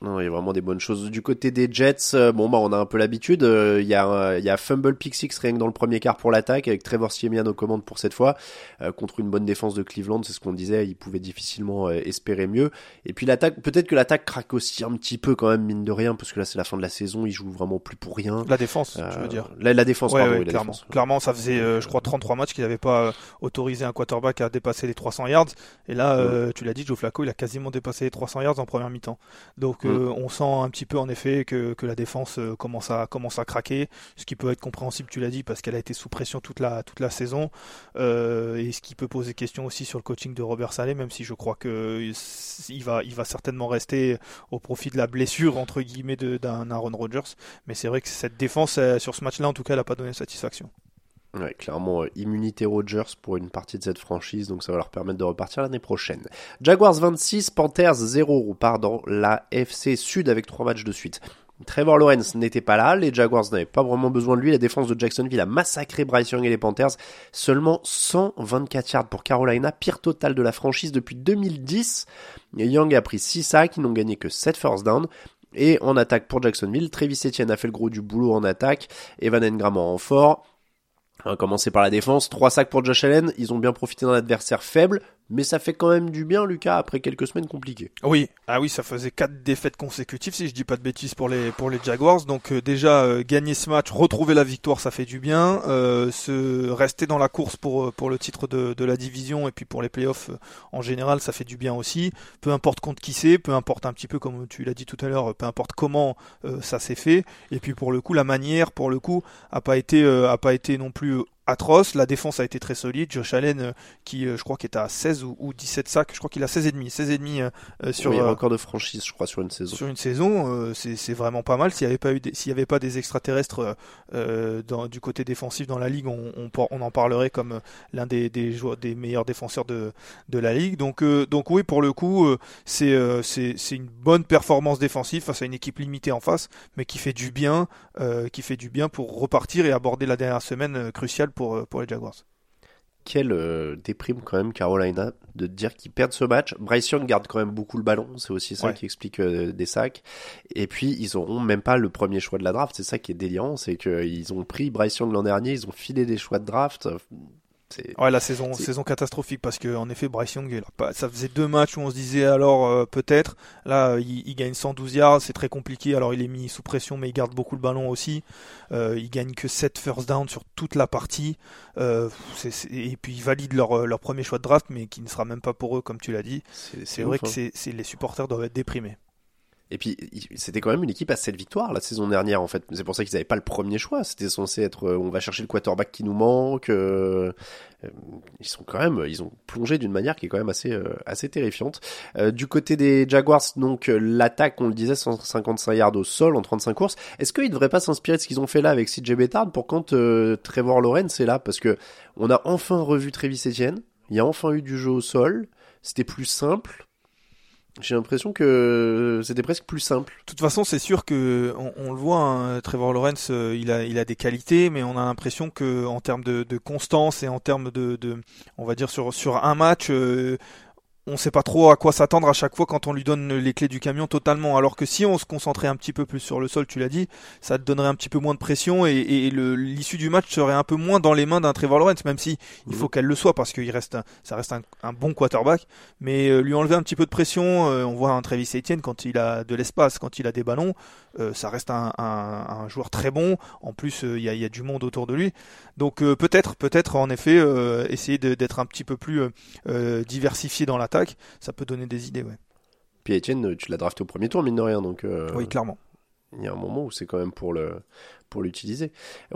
Non, il y a vraiment des bonnes choses. Du côté des Jets, euh, bon bah on a un peu l'habitude. Il euh, y a euh, il y a fumble pick six rien que dans le premier quart pour l'attaque avec Trevor Siemian aux commandes pour cette fois euh, contre une bonne défense de Cleveland. C'est ce qu'on disait. Ils pouvaient difficilement euh, espérer mieux. Et puis l'attaque, peut-être que l'attaque craque aussi un petit peu quand même mine de rien parce que là c'est la fin de la saison. Ils jouent vraiment plus pour rien. La défense, euh, tu veux dire. La, la défense, ouais, pardon. Ouais, oui, la clairement. défense. Clairement, ça faisait euh, je crois trente-trois matchs qu'il n'avait pas euh, autorisé un quarterback à dépasser les trois cents yards. Et là, euh, tu l'as dit, Joe Flacco, il a quasiment dépassé les trois cents yards en première mi-temps. Donc euh, mm. on sent un petit peu en effet que, que la défense euh, commence à commence à craquer, ce qui peut être compréhensible, tu l'as dit, parce qu'elle a été sous pression toute la toute la saison, euh, et ce qui peut poser question aussi sur le coaching de Robert Saleh, même si je crois que il va il va certainement rester au profit de la blessure entre guillemets de, d'un Aaron Rodgers. Mais c'est vrai que cette défense euh, sur ce match-là, en tout cas, elle n'a pas donné satisfaction. Ouais, clairement, euh, immunité Rodgers pour une partie de cette franchise, donc ça va leur permettre de repartir l'année prochaine. Jaguars vingt-six, Panthers zéro, on part dans la F C Sud avec trois matchs de suite. Trevor Lawrence n'était pas là, les Jaguars n'avaient pas vraiment besoin de lui, la défense de Jacksonville a massacré Bryce Young et les Panthers, seulement cent vingt-quatre yards pour Carolina, pire total de la franchise depuis deux mille dix. Young a pris six sacs, ils n'ont gagné que sept first down. Et en attaque pour Jacksonville, Travis Etienne a fait le gros du boulot en attaque, Evan Engram en renfort. On va commencer par la défense, trois sacs pour Josh Allen, ils ont bien profité d'un adversaire faible, mais ça fait quand même du bien, Lucas, après quelques semaines compliquées. Oui, ah oui, ça faisait quatre défaites consécutives, si je dis pas de bêtises pour les pour les Jaguars. Donc euh, déjà euh, gagner ce match, retrouver la victoire, ça fait du bien. Euh, se rester dans la course pour pour le titre de de la division et puis pour les playoffs euh, en général, ça fait du bien aussi. Peu importe contre qui c'est, peu importe un petit peu comme tu l'as dit tout à l'heure, peu importe comment euh, ça s'est fait. Et puis pour le coup, la manière, pour le coup, a pas été euh, a pas été non plus atroce. La défense a été très solide. Josh Allen, euh, qui euh, je crois qu'il est à seize ou, ou dix-sept sacs, je crois qu'il a seize virgule cinq, seize virgule cinq euh, sur oui, euh, record de franchise, je crois, sur une saison. Sur une saison, euh, c'est, c'est vraiment pas mal. S'il y avait pas eu, des, s'il y avait pas des extraterrestres euh, dans, du côté défensif dans la ligue, on, on, on en parlerait comme l'un des, des joueurs, des meilleurs défenseurs de, de la ligue. Donc, euh, donc oui, pour le coup, euh, c'est, euh, c'est, c'est une bonne performance défensive face à une équipe limitée en face, mais qui fait du bien, euh, qui fait du bien pour repartir et aborder la dernière semaine euh, cruciale pour pour les Jaguars. Quelle euh, déprime quand même Carolina de dire qu'ils perdent ce match. Bryce Young garde quand même beaucoup le ballon, c'est aussi ça ouais. qui explique euh, des sacs. Et puis ils auront même pas le premier choix de la draft, c'est ça qui est délirant, c'est qu'ils ont pris Bryce Young l'an dernier, ils ont filé des choix de draft. C'est... Ouais, la saison, saison catastrophique parce que en effet Bryce Young, il a pas, ça faisait deux matchs où on se disait alors euh, peut-être. Là, il, il gagne cent douze yards, c'est très compliqué. Alors il est mis sous pression, mais il garde beaucoup le ballon aussi. Euh, il gagne que sept first down sur toute la partie. Euh, c'est, c'est, et puis ils valident leur leur premier choix de draft, mais qui ne sera même pas pour eux, comme tu l'as dit. C'est, c'est, c'est vrai ouf, que hein. c'est, c'est les supporters doivent être déprimés. Et puis, c'était quand même une équipe à sept victoires la saison dernière, en fait. C'est pour ça qu'ils n'avaient pas le premier choix. C'était censé être, euh, on va chercher le quarterback qui nous manque. Euh, euh, ils sont quand même, ils ont plongé d'une manière qui est quand même assez, euh, assez terrifiante. Euh, du côté des Jaguars, donc, l'attaque, on le disait, cent cinquante-cinq yards au sol en trente-cinq courses. Est-ce qu'ils ne devraient pas s'inspirer de ce qu'ils ont fait là avec C J Beathard pour quand euh, Trevor Lawrence est là? Parce que on a enfin revu Travis Etienne. Il y a enfin eu du jeu au sol. C'était plus simple. J'ai l'impression que c'était presque plus simple. De toute façon, c'est sûr que on, on le voit, hein, Trevor Lawrence, euh, il a, il a des qualités, mais on a l'impression que en termes de, de constance et en termes de, de, on va dire sur sur un match. Euh, on sait pas trop à quoi s'attendre à chaque fois quand on lui donne les clés du camion totalement. Alors que si on se concentrait un petit peu plus sur le sol, tu l'as dit, ça te donnerait un petit peu moins de pression et, et le, l'issue du match serait un peu moins dans les mains d'un Trevor Lawrence, même si il faut qu'elle le soit parce qu'il reste, un, ça reste un, un bon quarterback. Mais euh, lui enlever un petit peu de pression, euh, on voit un Travis Etienne quand il a de l'espace, quand il a des ballons, euh, ça reste un, un, un joueur très bon. En plus, il euh, y, a, y a du monde autour de lui. Donc euh, peut-être, peut-être en effet, euh, essayer de, d'être un petit peu plus euh, diversifié dans la ça peut donner des idées, ouais. Puis Etienne, tu l'as drafté au premier tour, mine de rien, donc... Euh, oui, clairement. Il y a un moment où c'est quand même pour le pour l'utiliser.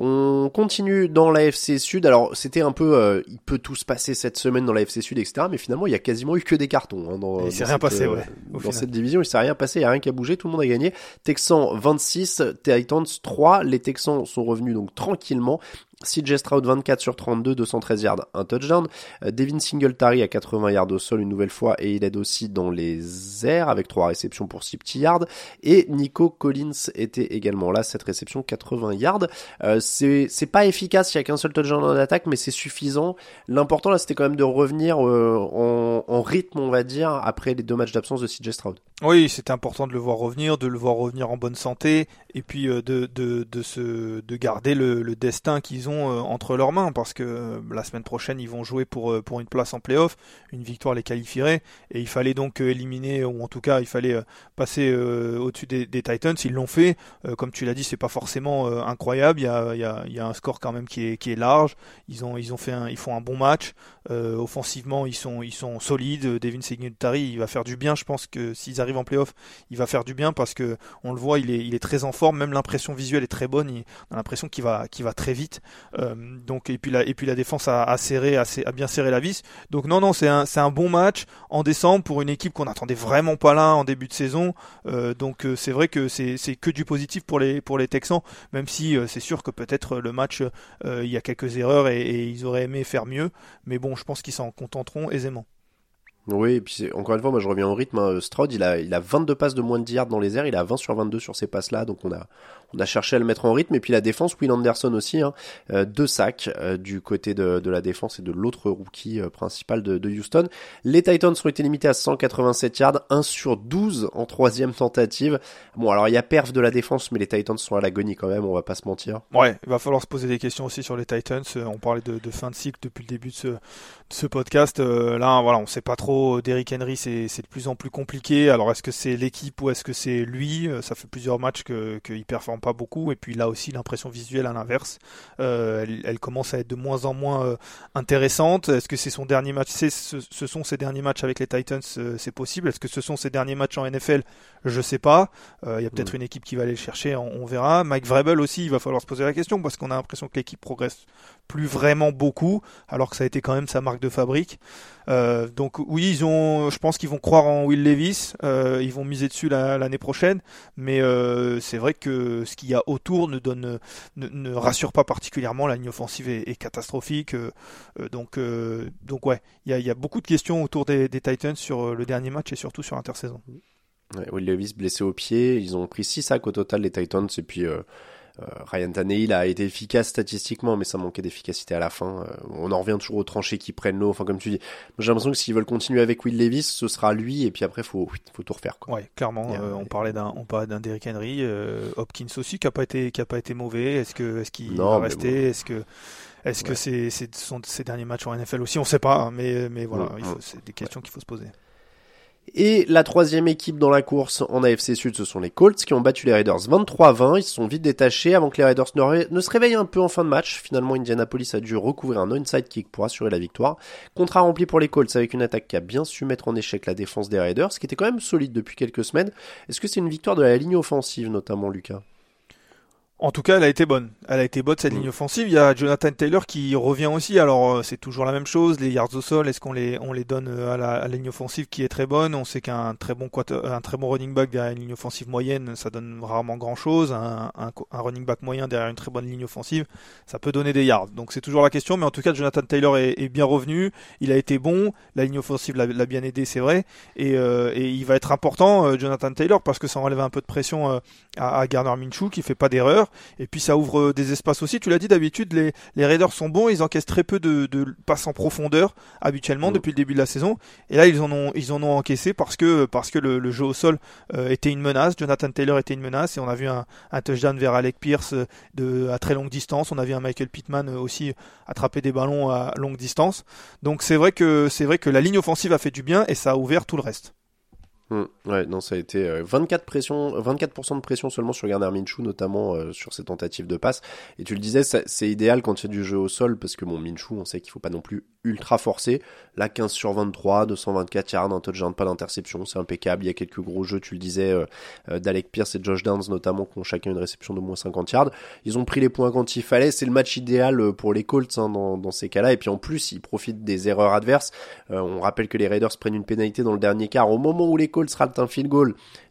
On continue dans la F C Sud. Alors, c'était un peu... Euh, il peut tout se passer cette semaine dans la F C Sud, et cetera. Mais finalement, il y a quasiment eu que des cartons. Hein, dans, il dans s'est rien cette, passé, euh, ouais. Dans final. cette division, il s'est rien passé. Il n'y a rien qui a bougé. Tout le monde a gagné. Texans vingt-six, Titans trois. Les Texans sont revenus donc tranquillement. C J Stroud vingt-quatre sur trente-deux, deux cent treize yards, un touchdown. Euh, Devin Singletary à quatre-vingts yards au sol une nouvelle fois et il aide aussi dans les airs avec trois réceptions pour six petits yards. Et Nico Collins était également là, sept réceptions, quatre-vingt quatre-vingts yards. Euh, c'est, c'est pas efficace, il y a qu'un seul touchdown en attaque, mais c'est suffisant. L'important là, c'était quand même de revenir euh, en, en rythme, on va dire, après les deux matchs d'absence de C J Stroud. Oui, c'était important de le voir revenir, de le voir revenir en bonne santé, et puis euh, de de de se de garder le, le destin qu'ils ont euh, entre leurs mains, parce que euh, la semaine prochaine ils vont jouer pour euh, pour une place en play-off, une victoire les qualifierait, et il fallait donc euh, éliminer, ou en tout cas il fallait euh, passer euh, au-dessus des, des Titans. Ils l'ont fait, euh, comme tu l'as dit, c'est pas forcément euh, incroyable, il y a il y a il y a un score quand même qui est qui est large. Ils ont ils ont fait un, ils font un bon match. Euh, offensivement, ils sont ils sont solides. Devin Singletary, il va faire du bien. Je pense que s'ils arrivent en play-off, il va faire du bien parce que on le voit, il est il est très en forme. Même l'impression visuelle est très bonne. Il, on a l'impression qu'il va qu'il va très vite. Euh, donc et puis la et puis la défense a, a serré a, a bien serré la vis. Donc non non, c'est un c'est un bon match en décembre pour une équipe qu'on n'attendait vraiment pas là en début de saison. Euh, donc euh, c'est vrai que c'est c'est que du positif pour les pour les Texans. Même si euh, c'est sûr que peut-être le match euh, il y a quelques erreurs et, et ils auraient aimé faire mieux. Mais bon, je pense qu'ils s'en contenteront aisément. Oui, et puis c'est, encore une fois, moi je reviens au rythme. Hein. Stroud, il a, il a vingt-deux passes de moins de dix yards dans les airs, il a vingt sur vingt-deux sur ces passes-là, donc on a, on a cherché à le mettre en rythme. Et puis la défense, Will Anderson aussi, hein, euh, deux sacs euh, du côté de, de la défense et de l'autre rookie euh, principal de, de Houston. Les Titans ont été limités à cent quatre-vingt-sept yards, un sur douze en troisième tentative. Bon, alors il y a perf de la défense, mais les Titans sont à l'agonie quand même, on va pas se mentir. Ouais, il va falloir se poser des questions aussi sur les Titans. On parlait de, de fin de cycle depuis le début de ce, de ce podcast. Euh, là, voilà, on sait pas trop. Derrick Henry, c'est, c'est de plus en plus compliqué. Alors, est-ce que c'est l'équipe ou est-ce que c'est lui ? Ça fait plusieurs matchs que, qu'il performe pas beaucoup. Et puis là aussi, l'impression visuelle à l'inverse, euh, elle, elle commence à être de moins en moins euh, intéressante. Est-ce que c'est son dernier match ? C'est, ce, ce sont ses derniers matchs avec les Titans, euh, c'est possible. Est-ce que ce sont ses derniers matchs en N F L ? Je sais pas. Il euh, y a peut-être mmh. une équipe qui va aller le chercher, on, on verra. Mike Vrabel aussi, il va falloir se poser la question parce qu'on a l'impression que l'équipe progresse plus vraiment beaucoup, alors que ça a été quand même sa marque de fabrique. Euh, donc oui, ils ont, je pense qu'ils vont croire en Will Levis, euh, ils vont miser dessus la, l'année prochaine, mais euh, c'est vrai que ce qu'il y a autour ne donne, ne, ne rassure pas particulièrement. La ligne offensive est, est catastrophique, euh, donc euh, donc ouais, il y a, y a beaucoup de questions autour des, des Titans sur le dernier match et surtout sur l'intersaison. Ouais, Will Levis blessé au pied, ils ont pris six sacs au total les Titans et puis euh, euh, Ryan Tannehill a été efficace statistiquement mais ça manquait d'efficacité à la fin. Euh, on en revient toujours aux tranchées qui prennent l'eau, enfin comme tu dis. J'ai l'impression que s'ils veulent continuer avec Will Levis, ce sera lui et puis après faut faut tout refaire quoi. Ouais, clairement, euh, on parlait d'un on parlait d'un Derrick Henry, euh, Hopkins aussi qui a pas été qui a pas été mauvais. Est-ce que est-ce qu'il non, va rester bon. Est-ce que est-ce ouais. que c'est c'est son ses derniers matchs en N F L aussi, on sait pas hein, mais mais voilà, mmh, il faut, c'est des questions ouais. qu'il faut se poser. Et la troisième équipe dans la course en A F C Sud, ce sont les Colts qui ont battu les Raiders vingt-trois à vingt. Ils se sont vite détachés avant que les Raiders ne, ré... ne se réveillent un peu en fin de match. Finalement, Indianapolis a dû recouvrir un onside kick pour assurer la victoire. Contrat rempli pour les Colts avec une attaque qui a bien su mettre en échec la défense des Raiders, qui était quand même solide depuis quelques semaines. Est-ce que c'est une victoire de la ligne offensive notamment, Lucas ? En tout cas, elle a été bonne. Elle a été bonne, cette mmh. ligne offensive. Il y a Jonathan Taylor qui revient aussi. Alors, c'est toujours la même chose. Les yards au sol, est-ce qu'on les, on les donne à la, à la ligne offensive qui est très bonne? On sait qu'un très bon quarter, un très bon running back derrière une ligne offensive moyenne, ça donne rarement grand chose. Un, un, un running back moyen derrière une très bonne ligne offensive, ça peut donner des yards. Donc, c'est toujours la question. Mais en tout cas, Jonathan Taylor est, est bien revenu. Il a été bon. La ligne offensive l'a, l'a bien aidé, c'est vrai. Et, euh, et il va être important, euh, Jonathan Taylor, parce que ça enlève un peu de pression euh, à, à Gardner Minshew qui fait pas d'erreur. Et puis ça ouvre des espaces aussi. Tu l'as dit, d'habitude les, les Raiders sont bons, ils encaissent très peu de, de passes en profondeur habituellement mmh. depuis le début de la saison. Et là ils en ont ils en ont encaissé parce que parce que le, le jeu au sol euh, était une menace. Jonathan Taylor était une menace et on a vu un, un touchdown vers Alec Pierce de à très longue distance. On a vu un Michael Pittman aussi attraper des ballons à longue distance. Donc c'est vrai que c'est vrai que la ligne offensive a fait du bien et ça a ouvert tout le reste. Mmh, ouais, non, ça a été euh, vingt-quatre pression, vingt-quatre pour cent de pression seulement sur Gardner Minshew, notamment euh, sur ses tentatives de passe. Et tu le disais, ça, c'est idéal quand il y a du jeu au sol, parce que bon, Minshew, on sait qu'il faut pas non plus ultra forcer. Là, quinze sur vingt-trois, deux cent vingt-quatre yards, un touchdown, pas d'interception, c'est impeccable. Il y a quelques gros jeux, tu le disais, euh, euh, d'Alec Pierce et Josh Downs notamment, qui ont chacun une réception de moins cinquante yards. Ils ont pris les points quand il fallait. C'est le match idéal pour les Colts hein, dans, dans ces cas-là. Et puis en plus, ils profitent des erreurs adverses. Euh, on rappelle que les Raiders prennent une pénalité dans le dernier quart au moment où les Colts ratent un field goal.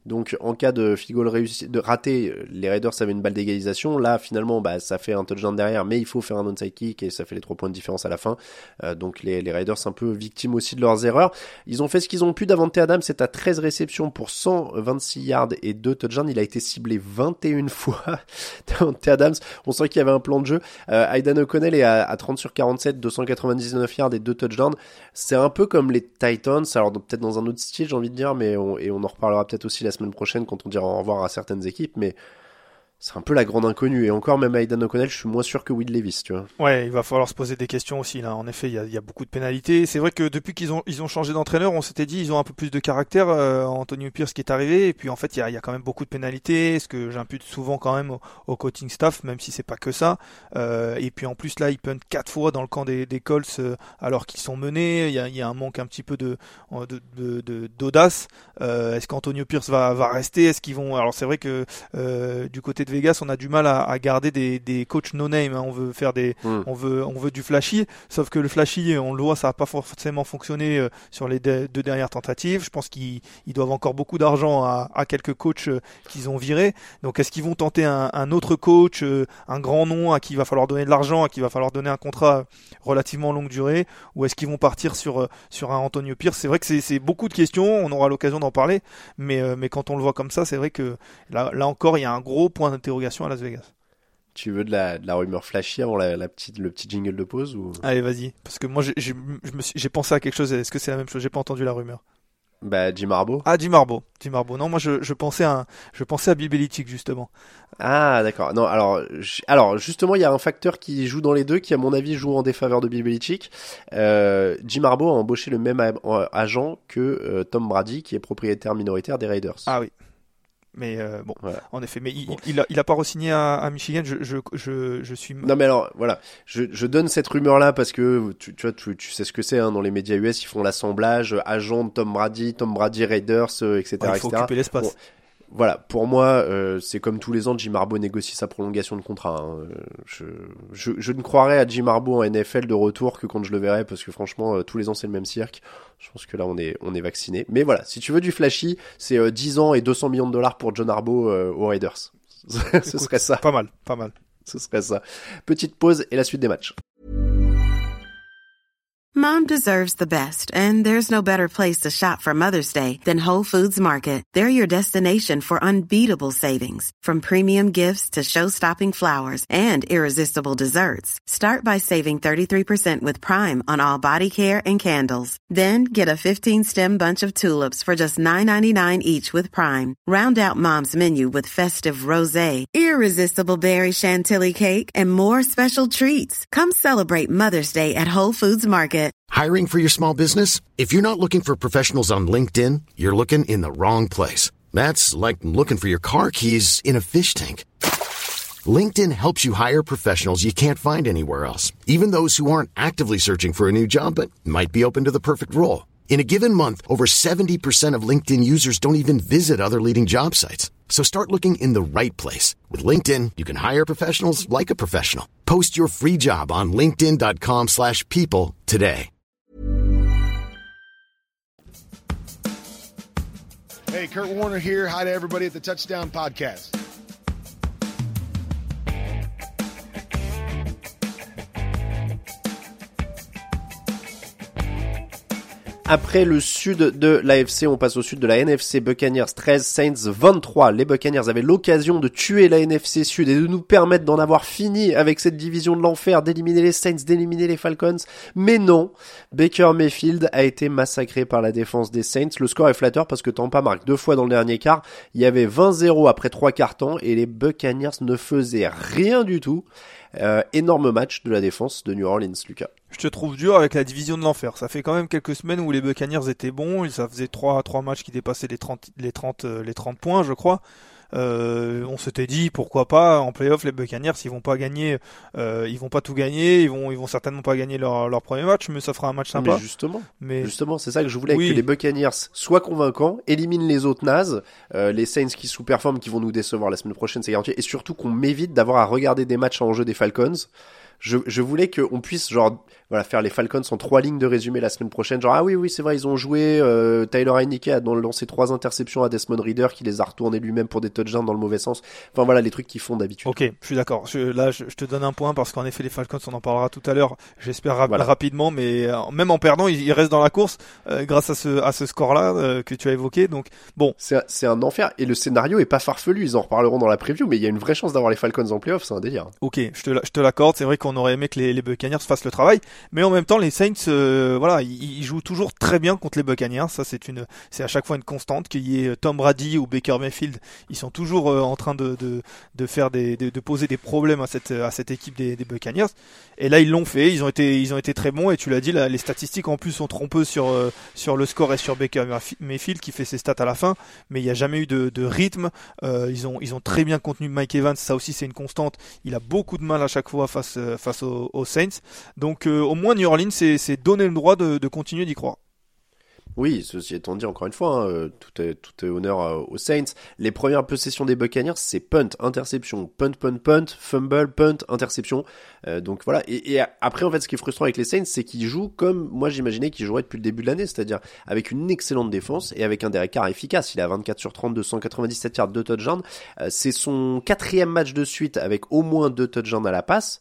Donc en cas de field goal réussi, de raté, les Raiders avaient une balle d'égalisation. Là finalement bah ça fait un touchdown derrière, mais il faut faire un onside kick et ça fait les trois points de différence à la fin. Euh, donc les, les Raiders un peu victimes aussi de leurs erreurs. Ils ont fait ce qu'ils ont pu. Davante Adams c'est à treize réceptions pour cent vingt-six yards et deux touchdowns. Il a été ciblé vingt et une fois. Davante Adams, on sent qu'il y avait un plan de jeu. Euh, Aidan O'Connell est à, à trente sur quarante-sept, deux cent quatre-vingt-dix-neuf yards et deux touchdowns. C'est un peu comme les Titans, alors peut-être dans un autre style j'ai envie de dire, mais on, et on en reparlera peut-être aussi la semaine prochaine quand on dira au revoir à certaines équipes, mais c'est un peu la grande inconnue. Et encore, même Aidan O'Connell, je suis moins sûr que Will Levis, tu vois. Ouais, il va falloir se poser des questions aussi, là. En effet, il y a, il y a beaucoup de pénalités. C'est vrai que depuis qu'ils ont, ils ont changé d'entraîneur, on s'était dit, ils ont un peu plus de caractère, euh, Antonio Pierce qui est arrivé. Et puis, en fait, il y a, il y a quand même beaucoup de pénalités, ce que j'impute souvent quand même au, au coaching staff, même si c'est pas que ça. Euh, et puis, en plus, là, ils puntent quatre fois dans le camp des, des Colts, euh, alors qu'ils sont menés. Il y a, il y a un manque un petit peu de, de, de, de d'audace. Euh, est-ce qu'Antonio Pierce va, va rester? Est-ce qu'ils vont, alors c'est vrai que, euh, du côté de Vegas, on a du mal à, à garder des, des coachs no-name, hein. On veut faire des, mm. on veut, on veut du flashy, sauf que le flashy, on le voit, ça n'a pas forcément fonctionné euh, sur les de, deux dernières tentatives. Je pense qu'ils ils doivent encore beaucoup d'argent à, à quelques coachs euh, qu'ils ont virés. Donc, est-ce qu'ils vont tenter un, un autre coach, euh, un grand nom à qui il va falloir donner de l'argent, à qui il va falloir donner un contrat relativement longue durée, ou est-ce qu'ils vont partir sur euh, sur un Antonio Pierce? C'est vrai que c'est, c'est beaucoup de questions. On aura l'occasion d'en parler, mais euh, mais quand on le voit comme ça, c'est vrai que là, là encore, il y a un gros point d'interrogation à Las Vegas. Tu veux de la, de la rumeur flashy avant la, la petite, le petit jingle de pause ou... Allez, vas-y. Parce que moi, j'ai, j'ai, je me suis, j'ai pensé à quelque chose. Est-ce que c'est la même chose? J'ai pas entendu la rumeur. Bah, Jim Harbaugh. Ah, Jim Harbaugh. Jim Harbaugh. Non, moi, je, je pensais à, un, je pensais à Bill Belichick, justement. Ah, d'accord. Non, alors, j- alors, justement, il y a un facteur qui joue dans les deux, qui, à mon avis, joue en défaveur de Bill Belichick. Euh, Jim Harbaugh a embauché le même a- agent que euh, Tom Brady, qui est propriétaire minoritaire des Raiders. Ah oui. Mais euh, bon, voilà. En effet, mais il, bon. il, a, il a pas re-signé à, à Michigan. Je, je, je, je suis. Non mais alors voilà, je, je donne cette rumeur là parce que tu, tu vois, tu, tu sais ce que c'est hein, dans les médias U S, ils font l'assemblage agent de Tom Brady, Tom Brady Raiders, euh, et cetera. Ouais, il faut et cetera. occuper l'espace. Bon, voilà, pour moi, euh, c'est comme tous les ans, Jim Harbaugh négocie sa prolongation de contrat. Hein. Je, je, je ne croirais à Jim Harbaugh en N F L de retour que quand je le verrai, parce que franchement, euh, tous les ans c'est le même cirque. Je pense que là on est on est vacciné. Mais voilà, si tu veux du flashy, c'est euh, dix ans et deux cents millions de dollars pour John Harbaugh euh, aux Raiders. Ce Écoute, serait ça. Pas mal, pas mal. Ce serait ça. Petite pause et la suite des matchs. Mom deserves the best, and there's no better place to shop for Mother's Day than Whole Foods Market. They're your destination for unbeatable savings, from premium gifts to show-stopping flowers and irresistible desserts. Start by saving thirty-three percent with Prime on all body care and candles. Then get a fifteen-stem bunch of tulips for just nine ninety-nine each with Prime. Round out Mom's menu with festive rosé, irresistible berry chantilly cake, and more special treats. Come celebrate Mother's Day at Whole Foods Market. Hiring for your small business? If you're not looking for professionals on LinkedIn, you're looking in the wrong place. That's like looking for your car keys in a fish tank. LinkedIn helps you hire professionals you can't find anywhere else, even those who aren't actively searching for a new job but might be open to the perfect role. In a given month, over seventy percent of LinkedIn users don't even visit other leading job sites. So start looking in the right place. With LinkedIn, you can hire professionals like a professional. Post your free job on linkedin.com slash people today. Hey, Kurt Warner here. Hi to everybody at the Touchdown Podcast. Après le sud de l'A F C, on passe au sud de la N F C. Buccaneers treize, Saints vingt-trois. Les Buccaneers avaient l'occasion de tuer la N F C Sud et de nous permettre d'en avoir fini avec cette division de l'enfer, d'éliminer les Saints, d'éliminer les Falcons. Mais non, Baker Mayfield a été massacré par la défense des Saints. Le score est flatteur parce que Tampa marque deux fois dans le dernier quart. Il y avait vingt zéro après trois quarts temps et les Buccaneers ne faisaient rien du tout. Euh, énorme match de la défense de New Orleans, Lucas. Je te trouve dur avec la division de l'enfer. Ça fait quand même quelques semaines où les Buccaneers étaient bons. Ça faisait trois, trois matchs qui dépassaient les trente, les trente, les trente points, je crois. Euh, on s'était dit pourquoi pas en playoff les Buccaneers ils vont pas gagner, euh, ils vont pas tout gagner, ils vont ils vont certainement pas gagner leur leur premier match, mais ça fera un match sympa. Mais justement, mais justement c'est ça que je voulais, oui. Que les Buccaneers soient convaincants, éliminent les autres nazes, euh, les Saints qui sous-performent, qui vont nous décevoir la semaine prochaine, c'est garanti, et surtout qu'on m'évite d'avoir à regarder des matchs en jeu des Falcons. je, je voulais qu'on puisse genre voilà faire les Falcons en trois lignes de résumé la semaine prochaine, genre ah oui oui c'est vrai ils ont joué, euh, Tyler Heinicke a lancé trois interceptions à Desmond Ridder qui les a retournées lui-même pour des touchdowns dans le mauvais sens, enfin voilà les trucs qu'ils font d'habitude. Ok, je suis d'accord, je, là je, je te donne un point parce qu'en effet les Falcons on en parlera tout à l'heure, j'espère rap- voilà. rapidement, mais euh, même en perdant ils, ils restent dans la course euh, grâce à ce, à ce score là euh, que tu as évoqué, donc bon. C'est, c'est un enfer et le scénario est pas farfelu, ils en reparleront dans la preview, mais il y a une vraie chance d'avoir les Falcons en playoff, c'est un délire. Ok, je te, je te l'accorde, c'est vrai qu'on aurait aimé que les, les Buccaneers fassent le travail, mais en même temps les Saints, euh, voilà, ils, ils jouent toujours très bien contre les Buccaneers. Ça, c'est une, c'est à chaque fois une constante. Qu'il y ait Tom Brady ou Baker Mayfield, ils sont toujours euh, en train de, de, de faire des, de, de poser des problèmes à cette, à cette équipe des, des Buccaneers. Et là, ils l'ont fait. Ils ont été, ils ont été très bons. Et tu l'as dit, là, les statistiques en plus sont trompeuses sur, euh, sur le score et sur Baker Mayfield qui fait ses stats à la fin. Mais il n'y a jamais eu de, de rythme. Euh, ils ont, ils ont très bien contenu Mike Evans. Ça aussi, c'est une constante. Il a beaucoup de mal à chaque fois face, face aux, aux Saints. Donc, euh, au moins, New Orleans, c'est, c'est donner le droit de, de continuer d'y croire. Oui, ceci étant dit, encore une fois, hein, tout est, tout est honneur euh, aux Saints. Les premières possessions des Buccaneers, c'est punt, interception, punt, punt, punt, fumble, punt, interception. Euh, donc voilà. Et, et après, en fait, ce qui est frustrant avec les Saints, c'est qu'ils jouent comme moi j'imaginais qu'ils joueraient depuis le début de l'année, c'est-à-dire avec une excellente défense et avec un Derek Carr efficace. Il a vingt-quatre sur trente, deux cent quatre-vingt-dix-sept yards, deux touchdowns. Euh, c'est son quatrième match de suite avec au moins deux touchdowns à la passe.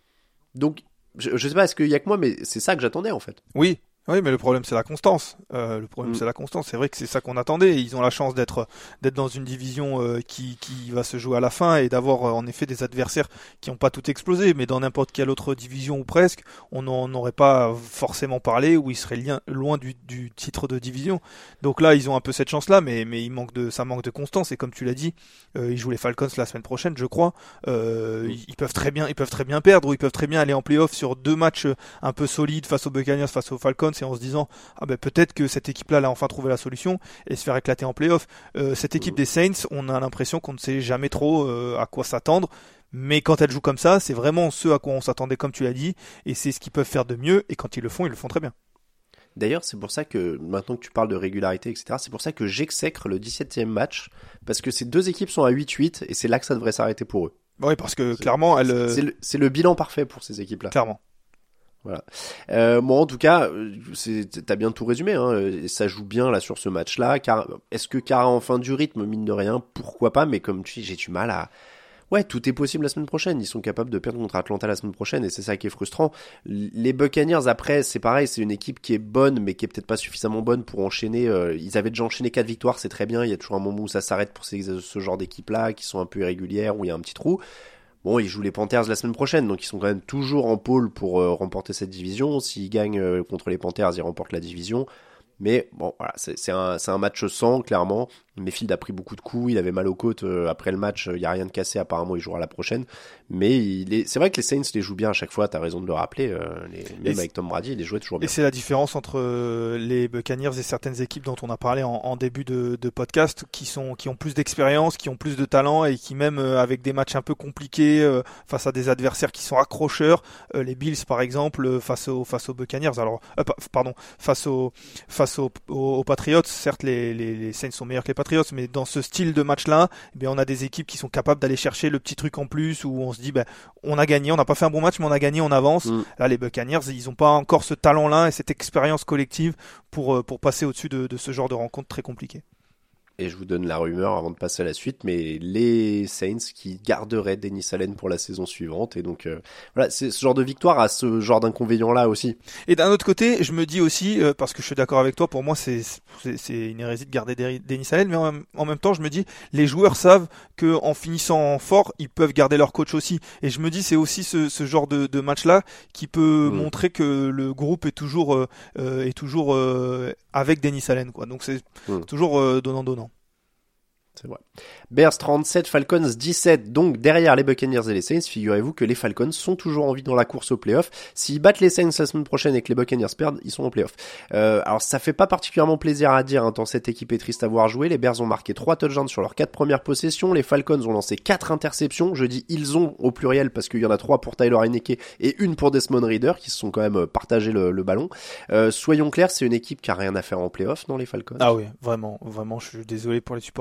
Donc, je, je sais pas, est-ce qu'il y a que moi, mais c'est ça que j'attendais en fait. Oui. Oui, mais le problème c'est la constance. Euh, le problème mm. c'est la constance. C'est vrai que c'est ça qu'on attendait. Ils ont la chance d'être d'être dans une division euh, qui qui va se jouer à la fin et d'avoir euh, en effet des adversaires qui n'ont pas tout explosé. Mais dans n'importe quelle autre division ou presque, on n'en aurait pas forcément parlé ou ils seraient lien, loin du, du titre de division. Donc là, ils ont un peu cette chance-là, mais mais il manque de ça manque de constance. Et comme tu l'as dit, euh, ils jouent les Falcons la semaine prochaine, je crois. Euh, mm. Ils peuvent très bien, ils peuvent très bien perdre ou ils peuvent très bien aller en play-off sur deux matchs un peu solides face aux Buccaneers, face aux Falcons. Et en se disant ah ben peut-être que cette équipe-là a enfin trouvé la solution et se faire éclater en play-off. Euh, cette équipe des Saints, on a l'impression qu'on ne sait jamais trop euh, à quoi s'attendre, mais quand elle joue comme ça, c'est vraiment ce à quoi on s'attendait comme tu l'as dit, et c'est ce qu'ils peuvent faire de mieux, et quand ils le font, ils le font très bien. D'ailleurs, c'est pour ça que, maintenant que tu parles de régularité, et cetera, c'est pour ça que j'exècre le dix-septième match, parce que ces deux équipes sont à huit huit, et c'est là que ça devrait s'arrêter pour eux. Oui, parce que c'est, clairement, elles... c'est, c'est, le, c'est le bilan parfait pour ces équipes-là. Clairement. Voilà. Euh, moi, en tout cas, c'est, t'as bien tout résumé. Hein. Ça joue bien là sur ce match-là. Car est-ce que Carr a enfin du rythme, mine de rien, pourquoi pas. Mais comme tu dis, j'ai du mal à. Ouais, tout est possible la semaine prochaine. Ils sont capables de perdre contre Atlanta la semaine prochaine, et c'est ça qui est frustrant. Les Buccaneers, après, c'est pareil, c'est une équipe qui est bonne, mais qui est peut-être pas suffisamment bonne pour enchaîner. Euh, ils avaient déjà enchaîné quatre victoires, c'est très bien. Il y a toujours un moment où ça s'arrête pour ces, ce genre d'équipe-là, qui sont un peu irrégulières, où il y a un petit trou. Bon, ils jouent les Panthers la semaine prochaine, donc ils sont quand même toujours en pôle pour euh, remporter cette division. S'ils gagnent euh, contre les Panthers, ils remportent la division. Mais bon, voilà, c'est, c'est, un, c'est un match sans, clairement. Mayfield a pris beaucoup de coups, il avait mal aux côtes euh, après le match, il euh, n'y a rien de cassé, apparemment il jouera la prochaine. Mais il est, c'est vrai que les Saints les jouent bien à chaque fois, t'as raison de le rappeler, euh, les, même et avec Tom Brady, il les jouait toujours bien. Et c'est la différence entre euh, les Buccaneers et certaines équipes dont on a parlé en, en début de, de podcast, qui, sont, qui ont plus d'expérience, qui ont plus de talent et qui même euh, avec des matchs un peu compliqués, euh, face à des adversaires qui sont accrocheurs, euh, les Bills par exemple, euh, face, aux, face aux Buccaneers, alors, euh, pardon, face aux, face aux, aux, aux Patriots, certes les, les, les Saints sont meilleurs que les Patriots, mais dans ce style de match-là, eh bien, on a des équipes qui sont capables d'aller chercher le petit truc en plus, où on se dit, ben, on a gagné, on n'a pas fait un bon match, mais on a gagné, on avance. Mm. Là, les Buccaneers, ils n'ont pas encore ce talent-là et cette expérience collective pour, pour passer au-dessus de, de ce genre de rencontre très compliquée. Et je vous donne la rumeur avant de passer à la suite, mais les Saints qui garderaient Dennis Allen pour la saison suivante. Et donc, euh, voilà, c'est ce genre de victoire a ce genre d'inconvénient-là aussi. Et d'un autre côté, je me dis aussi, euh, parce que je suis d'accord avec toi, pour moi, c'est, c'est, c'est une hérésie de garder Dennis Allen, mais en même, en même temps, je me dis, les joueurs savent que en finissant fort, ils peuvent garder leur coach aussi. Et je me dis, c'est aussi ce, ce genre de, de match-là qui peut mmh. montrer que le groupe est toujours, euh, est toujours euh, avec Dennis Allen, quoi. Donc c'est mmh. toujours euh, donnant-donnant. C'est vrai. Bears trente-sept, Falcons dix-sept. Donc derrière les Buccaneers et les Saints, figurez-vous que les Falcons sont toujours en vie dans la course au playoff. S'ils battent les Saints la semaine prochaine et que les Buccaneers perdent, ils sont en playoff. Euh, alors ça fait pas particulièrement plaisir à dire, hein, tant cette équipe est triste à voir jouer. Les Bears ont marqué trois touchdowns sur leurs quatre premières possessions. Les Falcons ont lancé quatre interceptions. Je dis ils ont au pluriel parce qu'il y en a trois pour Tyler Heinicke et une pour Desmond Ridder qui se sont quand même partagé le, le ballon. Euh, soyons clairs, c'est une équipe qui a rien à faire en playoff, non, les Falcons? Ah oui, vraiment, vraiment, je suis désolé pour les supporters des Falcons.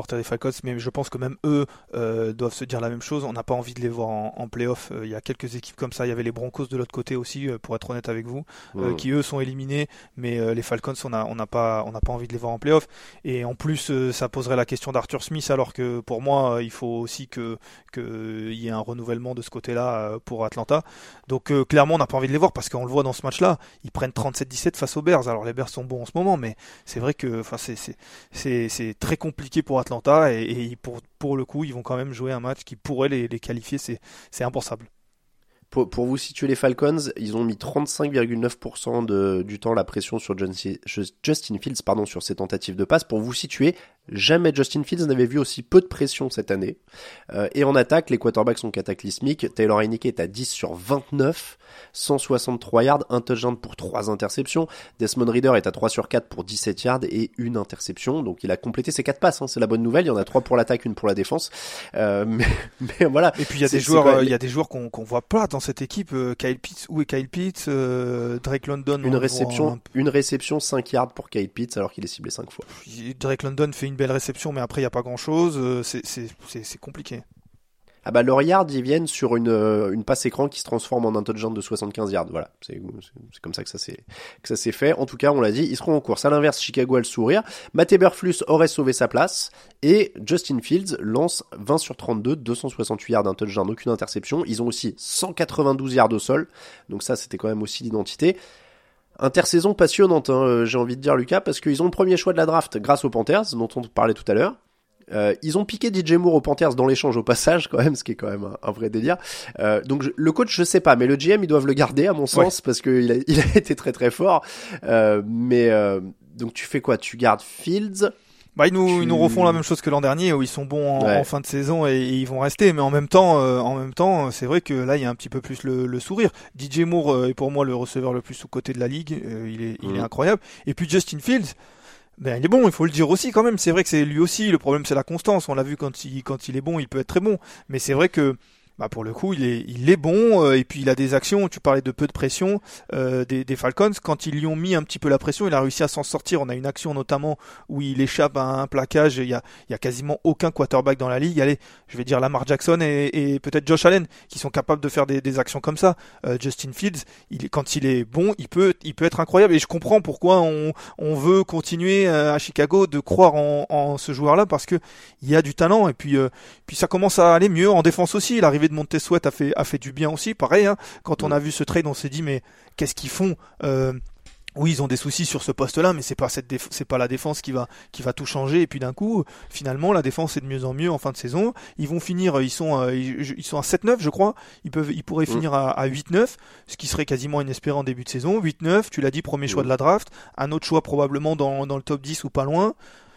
Falcons, mais je pense que même eux euh, doivent se dire la même chose. On n'a pas envie de les voir en, en play-off. Il euh, y a quelques équipes comme ça. Il y avait les Broncos de l'autre côté aussi, euh, pour être honnête avec vous, euh, mmh. qui eux sont éliminés, mais euh, les Falcons, on n'a on n'a pas on n'a pas envie de les voir en play-off. Et en plus, euh, ça poserait la question d'Arthur Smith, alors que pour moi, euh, il faut aussi que que il y ait un renouvellement de ce côté-là euh, pour Atlanta. Donc euh, clairement, on n'a pas envie de les voir parce qu'on le voit dans ce match-là, ils prennent trente-sept dix-sept face aux Bears. Alors les Bears sont bons en ce moment, mais c'est vrai que enfin c'est c'est c'est, c'est très compliqué pour Atlanta et, et pour pour le coup, ils vont quand même jouer un match qui pourrait les, les qualifier. C'est c'est impensable. Pour, pour vous situer les Falcons, ils ont mis trente-cinq virgule neuf pour cent de, du temps la pression sur Justin Fields pardon, sur ses tentatives de passe. Pour vous situer, jamais Justin Fields n'avait vu aussi peu de pression cette année. Euh, et en attaque, les quarterbacks sont cataclysmiques. Taylor Heinicke est à dix sur vingt-neuf, cent soixante-trois yards, un touchdown pour trois interceptions. Desmond Ridder est à trois sur quatre pour dix-sept yards et une interception. Donc il a complété ses quatre passes, hein, c'est la bonne nouvelle. Il y en a trois pour l'attaque, une pour la défense. Euh, mais, mais voilà. Et puis il y a des joueurs, même... il y a des joueurs qu'on, qu'on voit pas dans cette équipe. Euh, Kyle Pitts, où est Kyle Pitts euh, Drake London. Une réception, un... une réception cinq yards pour Kyle Pitts alors qu'il est ciblé cinq fois. Drake London fait une belle réception, mais après il y a pas grand chose. Euh, c'est, c'est, c'est, c'est compliqué. Ah bah leurs yards ils viennent sur une euh, une passe écran qui se transforme en un touchdown de soixante-quinze yards. Voilà, c'est, c'est c'est comme ça que ça s'est que ça s'est fait. En tout cas, on l'a dit, ils seront en course. À l'inverse, Chicago a le sourire. Matt Eberflus aurait sauvé sa place et Justin Fields lance vingt sur trente-deux, deux cent soixante-huit yards, un touchdown, aucune interception. Ils ont aussi cent quatre-vingt-douze yards au sol. Donc ça, c'était quand même aussi l'identité. Intersaison passionnante, hein, j'ai envie de dire, Lucas, parce qu'ils ont le premier choix de la draft grâce aux Panthers, dont on parlait tout à l'heure. Euh, ils ont piqué D J Moore aux Panthers dans l'échange au passage quand même, ce qui est quand même un, un vrai délire. Euh, donc je, le coach je sais pas, mais le G M ils doivent le garder à mon sens ouais. parce que il a, il a été très très fort. Euh, mais euh, donc tu fais quoi ? Tu gardes Fields ? Bah ils nous tu... ils nous refont la même chose que l'an dernier où ils sont bons en, ouais. en fin de saison et, et ils vont rester. Mais en même temps, euh, en même temps, c'est vrai que là il y a un petit peu plus le, le sourire. D J Moore euh, est pour moi le receveur le plus sous-coté de la ligue. Euh, il est il mmh. est incroyable. Et puis Justin Fields. Ben, il est bon, il faut le dire aussi quand même. C'est vrai que c'est lui aussi. Le problème, c'est la constance. On l'a vu quand il, quand il est bon, il peut être très bon. Mais c'est vrai que, bah, pour le coup, il est, il est bon, euh, et puis il a des actions. Tu parlais de peu de pression, euh, des, des Falcons. Quand ils lui ont mis un petit peu la pression, il a réussi à s'en sortir. On a une action notamment où il échappe à un plaquage. Il y a, il y a quasiment aucun quarterback dans la ligue. Allez, je vais dire Lamar Jackson et, et peut-être Josh Allen qui sont capables de faire des, des actions comme ça. Euh, Justin Fields, il, quand il est bon, il peut, il peut être incroyable. Et je comprends pourquoi on, on veut continuer à Chicago de croire en, en ce joueur-là parce que il y a du talent. Et puis, euh, puis ça commence à aller mieux en défense aussi. L'arrivée de Montez Sweat a fait, a fait du bien aussi. Pareil, hein, quand on a vu ce trade, on s'est dit mais qu'est-ce qu'ils font euh, Oui, ils ont des soucis sur ce poste-là, mais c'est pas cette déf- c'est pas la défense qui va qui va tout changer. Et puis d'un coup, finalement, la défense est de mieux en mieux en fin de saison. Ils vont finir, ils sont euh, ils, ils sont à sept neuf, je crois. Ils peuvent, ils pourraient mmh. finir à, à huit neuf, ce qui serait quasiment inespéré en début de saison. huit neuf, tu l'as dit, premier mmh. choix de la draft, un autre choix probablement dans dans le top dix ou pas loin.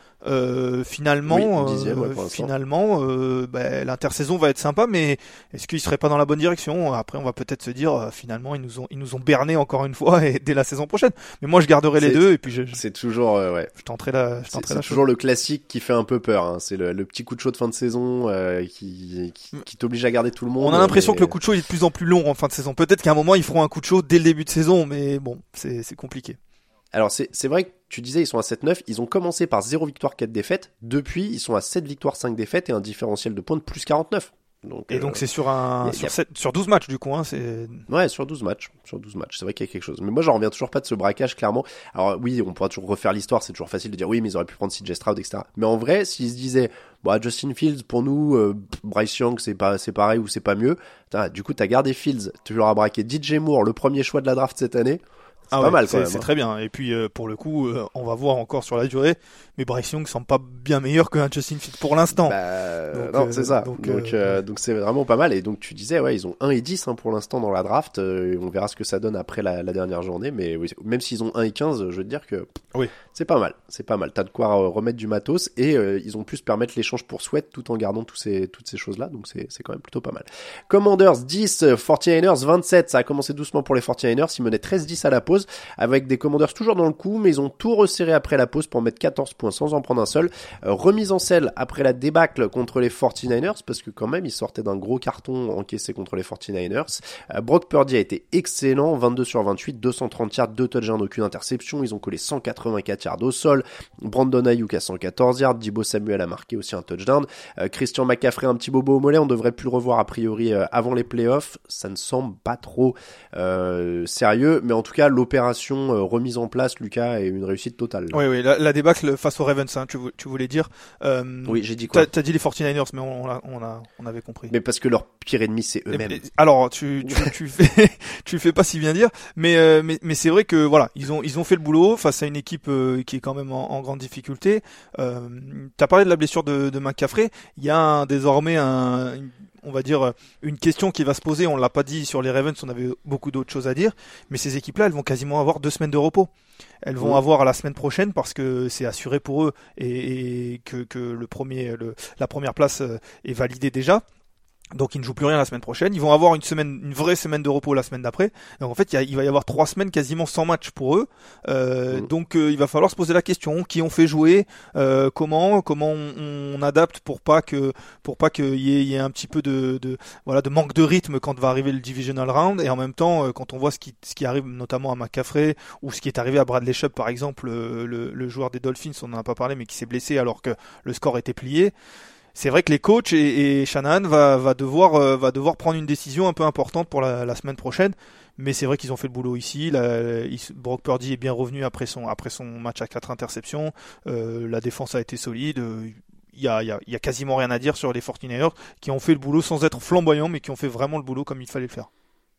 Euh, finalement, oui, dixième, ouais, euh, finalement, euh, bah, l'intersaison va être sympa, mais est-ce qu'il serait pas dans la bonne direction ? Après, on va peut-être se dire, euh, finalement, ils nous ont, ils nous ont berné encore une fois et dès la saison prochaine. Mais moi, je garderai c'est, les deux et puis je, je c'est toujours, euh, ouais. Je tenterai la, je tenterai c'est, la c'est toujours le classique qui fait un peu peur. Hein. C'est le, le petit coup de chaud de fin de saison euh, qui, qui, qui t'oblige à garder tout le monde. On a l'impression mais... que le coup de chaud il est de plus en plus long en fin de saison. Peut-être qu'à un moment ils feront un coup de chaud dès le début de saison, mais bon, c'est, c'est compliqué. Alors c'est, c'est vrai que tu disais ils sont à sept neuf, ils ont commencé par zéro victoire, quatre défaites, depuis ils sont à sept victoires, cinq défaites et un différentiel de points de plus quarante-neuf. Donc, et euh, donc c'est sur un a, sur, a... sept, sur douze matchs du coup hein, c'est ouais sur douze matchs sur douze matchs c'est vrai qu'il y a quelque chose mais moi j'en reviens toujours pas de ce braquage clairement. Alors oui on pourra toujours refaire l'histoire, c'est toujours facile de dire oui mais ils auraient pu prendre C J Stroud etc, mais en vrai s'ils se disaient bah Justin Fields pour nous euh, Bryce Young c'est pas c'est pareil ou c'est pas mieux, T'as, du coup t'as gardé Fields, tu leur as braqué D J Moore le premier choix de la draft cette année. C'est ah pas ouais, mal quand c'est, même. C'est hein. très bien. Et puis euh, pour le coup, euh, on va voir encore sur la durée. Mais Bryce Young semble pas bien meilleur que un Justin Fields pour l'instant. Bah, donc, non, euh, c'est ça. Donc, donc, euh, euh, donc c'est vraiment pas mal. Et donc tu disais, ouais, ils ont un et dix hein, pour l'instant dans la draft. Euh, on verra ce que ça donne après la, la dernière journée. Mais oui, même s'ils ont un et quinze, je veux te dire que oui. c'est pas mal. C'est pas mal. T'as de quoi remettre du matos et euh, ils ont pu se permettre l'échange pour Sweat tout en gardant tous ces, toutes ces choses-là. Donc c'est, c'est quand même plutôt pas mal. Commanders dix, forty-niners vingt-sept. Ça a commencé doucement pour les forty-niners. Ils menaient treize dix à la pause avec des Commanders toujours dans le coup, mais ils ont tout resserré après la pause pour mettre quatorze points sans en prendre un seul. Euh, remise en selle après la débâcle contre les forty-niners, parce que quand même, ils sortaient d'un gros carton encaissé contre les forty-niners. Euh, Brock Purdy a été excellent, vingt-deux sur vingt-huit, deux cent trente yards, deux touchdowns, aucune interception. Ils ont collé cent quatre quatre-vingt-quatre yards au sol. Brandon Ayuk à cent quatorze yards. Deebo Samuel a marqué aussi un touchdown. Euh, Christian McCaffrey un petit bobo au mollet. On devrait plus le revoir a priori euh, avant les playoffs. Ça ne semble pas trop euh, sérieux, mais en tout cas l'opération euh, remise en place, Lucas, est une réussite totale. Oui, oui, la, la débâcle face aux Ravens, hein, tu, tu voulais dire. Euh, oui, j'ai dit quoi? T'as, t'as dit les forty-niners, mais on, on, a, on, a, on avait compris. Mais parce que leur pire ennemi, c'est eux-mêmes. Et, alors, tu, tu, tu fais, tu fais pas si bien dire, mais, euh, mais, mais c'est vrai que voilà, ils ont, ils ont fait le boulot face à une équipe euh, qui est quand même en, en grande difficulté. Euh, t'as parlé de la blessure de, de McCaffrey. Il y a un, désormais un, une, on va dire une question qui va se poser. On l'a pas dit sur les Ravens, on avait beaucoup d'autres choses à dire, mais ces équipes-là, elles vont quasiment avoir deux semaines de repos. Elles vont mmh. avoir la semaine prochaine parce que c'est assuré pour eux et, et que, que le premier, le, la première place est validée déjà. Donc ils ne jouent plus rien la semaine prochaine. Ils vont avoir une semaine, une vraie semaine de repos la semaine d'après. Donc en fait, il, y a, il va y avoir trois semaines quasiment sans match pour eux. Euh, mmh. Donc euh, il va falloir se poser la question qui on fait jouer, euh, comment, comment on, on adapte pour pas que, pour pas qu'il y ait, il y ait un petit peu de, de, voilà, de manque de rythme quand va arriver le divisional round. Et en même temps, euh, quand on voit ce qui, ce qui arrive notamment à McCaffrey ou ce qui est arrivé à Bradley Chubb par exemple, le, le, le joueur des Dolphins, on n'en a pas parlé, mais qui s'est blessé alors que le score était plié. C'est vrai que les coachs et, et Shanahan va, va devoir euh, va devoir prendre une décision un peu importante pour la, la semaine prochaine, mais c'est vrai qu'ils ont fait le boulot ici. La, il, Brock Purdy est bien revenu après son après son match à quatre interceptions. Euh, la défense a été solide. Il y a il y a il y a quasiment rien à dire sur les forty-niners qui ont fait le boulot sans être flamboyants, mais qui ont fait vraiment le boulot comme il fallait le faire.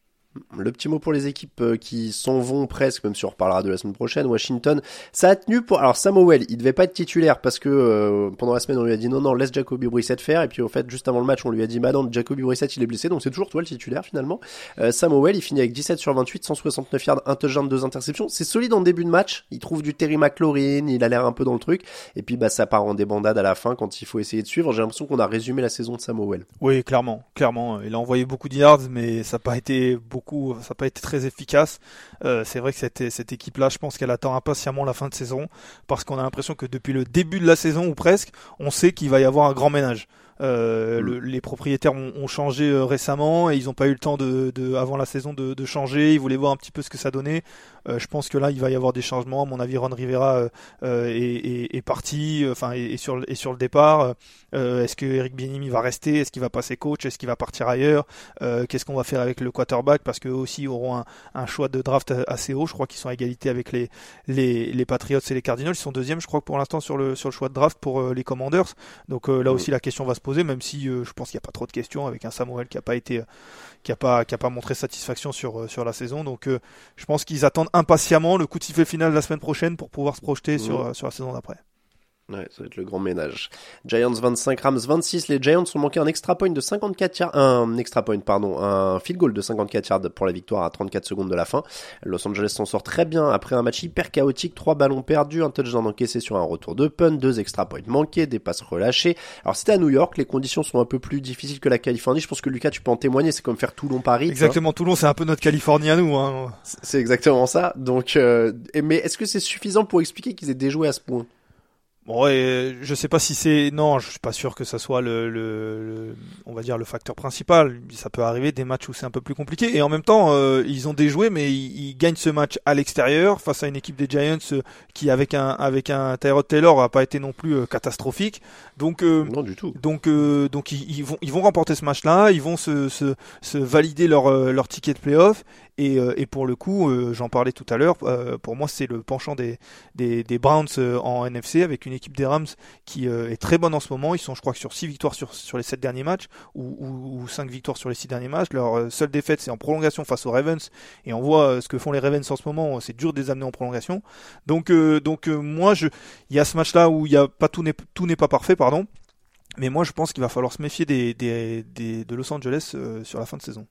Le petit mot pour les équipes qui s'en vont presque, même si on reparlera de la semaine prochaine. Washington, ça a tenu pour... Alors Samuel, il devait pas être titulaire parce que euh, pendant la semaine on lui a dit non, non, laisse Jacoby Brissett faire. Et puis au fait, juste avant le match, on lui a dit bah non, Jacoby Brissett il est blessé, donc c'est toujours toi le titulaire finalement. Euh, Samuel, il finit avec dix-sept sur vingt-huit, cent soixante-neuf yards, un touchdown, deux interceptions. C'est solide en début de match. Il trouve du Terry McLaurin, il a l'air un peu dans le truc. Et puis bah ça part en débandade à la fin quand il faut essayer de suivre. J'ai l'impression qu'on a résumé la saison de Samuel. Oui, clairement, clairement. Il a envoyé beaucoup de yards, mais ça n'a pas été beaucoup, ça n'a pas été très efficace. Euh, c'est vrai que cette, cette équipe-là, je pense qu'elle attend impatiemment la fin de saison parce qu'on a l'impression que depuis le début de la saison ou presque, on sait qu'il va y avoir un grand ménage. Euh, mmh. le, les propriétaires ont, ont changé euh, récemment et ils n'ont pas eu le temps de, de avant la saison de, de changer. Ils voulaient voir un petit peu ce que ça donnait. Euh, je pense que là il va y avoir des changements. À mon avis, Ron Rivera euh, euh, est, est, est parti, enfin est, est sur est sur le départ. Euh, est-ce que Eric Bieniemy va rester? Est-ce qu'il va passer coach? Est-ce qu'il va partir ailleurs? euh, Qu'est-ce qu'on va faire avec le quarterback? Parce qu'eux aussi auront un, un choix de draft assez haut. Je crois qu'ils sont à égalité avec les les, les Patriots et les Cardinals. Ils sont deuxième, je crois, pour l'instant sur le sur le choix de draft pour euh, les Commanders. Donc euh, là aussi la question va se poser, même si euh, je pense qu'il n'y a pas trop de questions avec un Samuel qui a pas été, euh, qui a pas, qui a pas montré satisfaction sur euh, sur la saison. Donc euh, je pense qu'ils attendent impatiemment le coup de sifflet final de la semaine prochaine pour pouvoir se projeter mmh. sur euh, sur la saison d'après. Ouais, ça va être le grand ménage. Giants vingt-cinq, Rams vingt-six. Les Giants ont manqué un extra point de cinquante-quatre yards, un extra point, pardon, un field goal de cinquante-quatre yards pour la victoire à trente-quatre secondes de la fin. Los Angeles s'en sort très bien après un match hyper chaotique, trois ballons perdus, un touchdown encaissé sur un retour de punt, deux extra points manqués, des passes relâchées. Alors c'était à New York, les conditions sont un peu plus difficiles que la Californie. Je pense que Lucas, tu peux en témoigner, c'est comme faire Toulon-Paris. Exactement, Toulon, c'est un peu notre Californie à nous, hein. C'est exactement ça. Donc, euh, mais est-ce que c'est suffisant pour expliquer qu'ils aient déjoué à ce point? Bon, ouais, je sais pas si c'est, non, je suis pas sûr que ça soit le, le, le, on va dire le facteur principal. Ça peut arriver des matchs où c'est un peu plus compliqué. Et en même temps, euh, ils ont déjoué, mais ils, ils gagnent ce match à l'extérieur face à une équipe des Giants euh, qui, avec un, avec un Tyrod Taylor, a pas été non plus euh, catastrophique. Donc, euh, non du tout. Donc, euh, donc ils, ils vont, ils vont remporter ce match-là. Ils vont se, se, se valider leur, euh, leur ticket de playoff. Et, euh, et pour le coup, euh, j'en parlais tout à l'heure, euh, pour moi c'est le penchant des, des, des Browns euh, en N F C avec une équipe des Rams qui euh, est très bonne en ce moment. Ils sont, je crois, que sur six victoires sur, sur les sept derniers matchs ou, ou, ou cinq victoires sur les six derniers matchs. Leur euh, seule défaite c'est en prolongation face aux Ravens et on voit euh, ce que font les Ravens en ce moment. C'est dur de les amener en prolongation. Donc, euh, donc euh, moi, je, il y a ce match-là où il y a pas tout n'est tout n'est pas parfait, pardon. Mais moi, je pense qu'il va falloir se méfier des, des, des de Los Angeles euh, sur la fin de saison.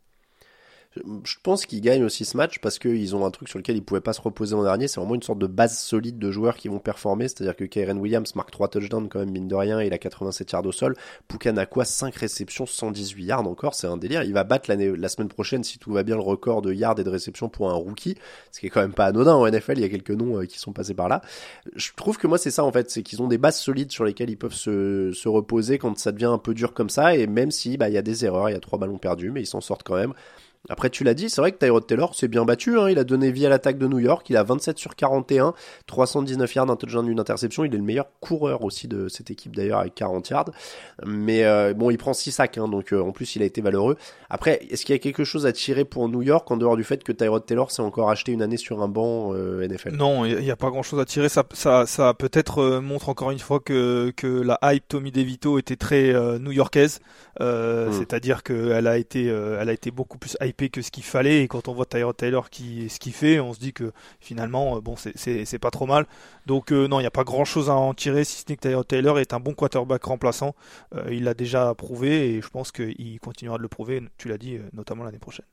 Je pense qu'ils gagnent aussi ce match parce qu'ils ont un truc sur lequel ils pouvaient pas se reposer l'an dernier. C'est vraiment une sorte de base solide de joueurs qui vont performer. C'est-à-dire que Kyren Williams marque trois touchdowns quand même, mine de rien, et il a quatre-vingt-sept yards au sol. Puka Nacua, cinq réceptions, cent dix-huit yards encore. C'est un délire. Il va battre l'année, la semaine prochaine, si tout va bien, le record de yards et de réceptions pour un rookie. Ce qui est quand même pas anodin en N F L. Il y a quelques noms qui sont passés par là. Je trouve que moi, c'est ça, en fait. C'est qu'ils ont des bases solides sur lesquelles ils peuvent se, se reposer quand ça devient un peu dur comme ça. Et même si, bah, il y a des erreurs, il y a trois ballons perdus, mais ils s'en sortent quand même. Après, tu l'as dit, c'est vrai que Tyrod Taylor s'est bien battu, hein. Il a donné vie à l'attaque de New York, il a vingt-sept sur quarante et un, trois cent dix-neuf yards, un touchdown, une interception, il est le meilleur coureur aussi de cette équipe d'ailleurs avec quarante yards, mais euh, bon, il prend six sacs, hein, donc euh, en plus il a été valeureux. Après, est-ce qu'il y a quelque chose à tirer pour New York en dehors du fait que Tyrod Taylor s'est encore acheté une année sur un banc euh, N F L? Non, il n'y a pas grand-chose à tirer, ça, ça, ça peut-être euh, montre encore une fois que, que la hype Tommy DeVito était très euh, new-yorkaise, euh, mm. c'est-à-dire qu'elle a été, euh, elle a été beaucoup plus hypée que ce qu'il fallait. Et quand on voit Tyrod Taylor qui ce qu'il fait, on se dit que finalement euh, bon c'est c'est c'est pas trop mal. Donc euh, non, il n'y a pas grand chose à en tirer, si ce n'est que Tyrod Taylor est un bon quarterback remplaçant. Euh, il l'a déjà prouvé et je pense qu'il continuera de le prouver, tu l'as dit, euh, notamment l'année prochaine.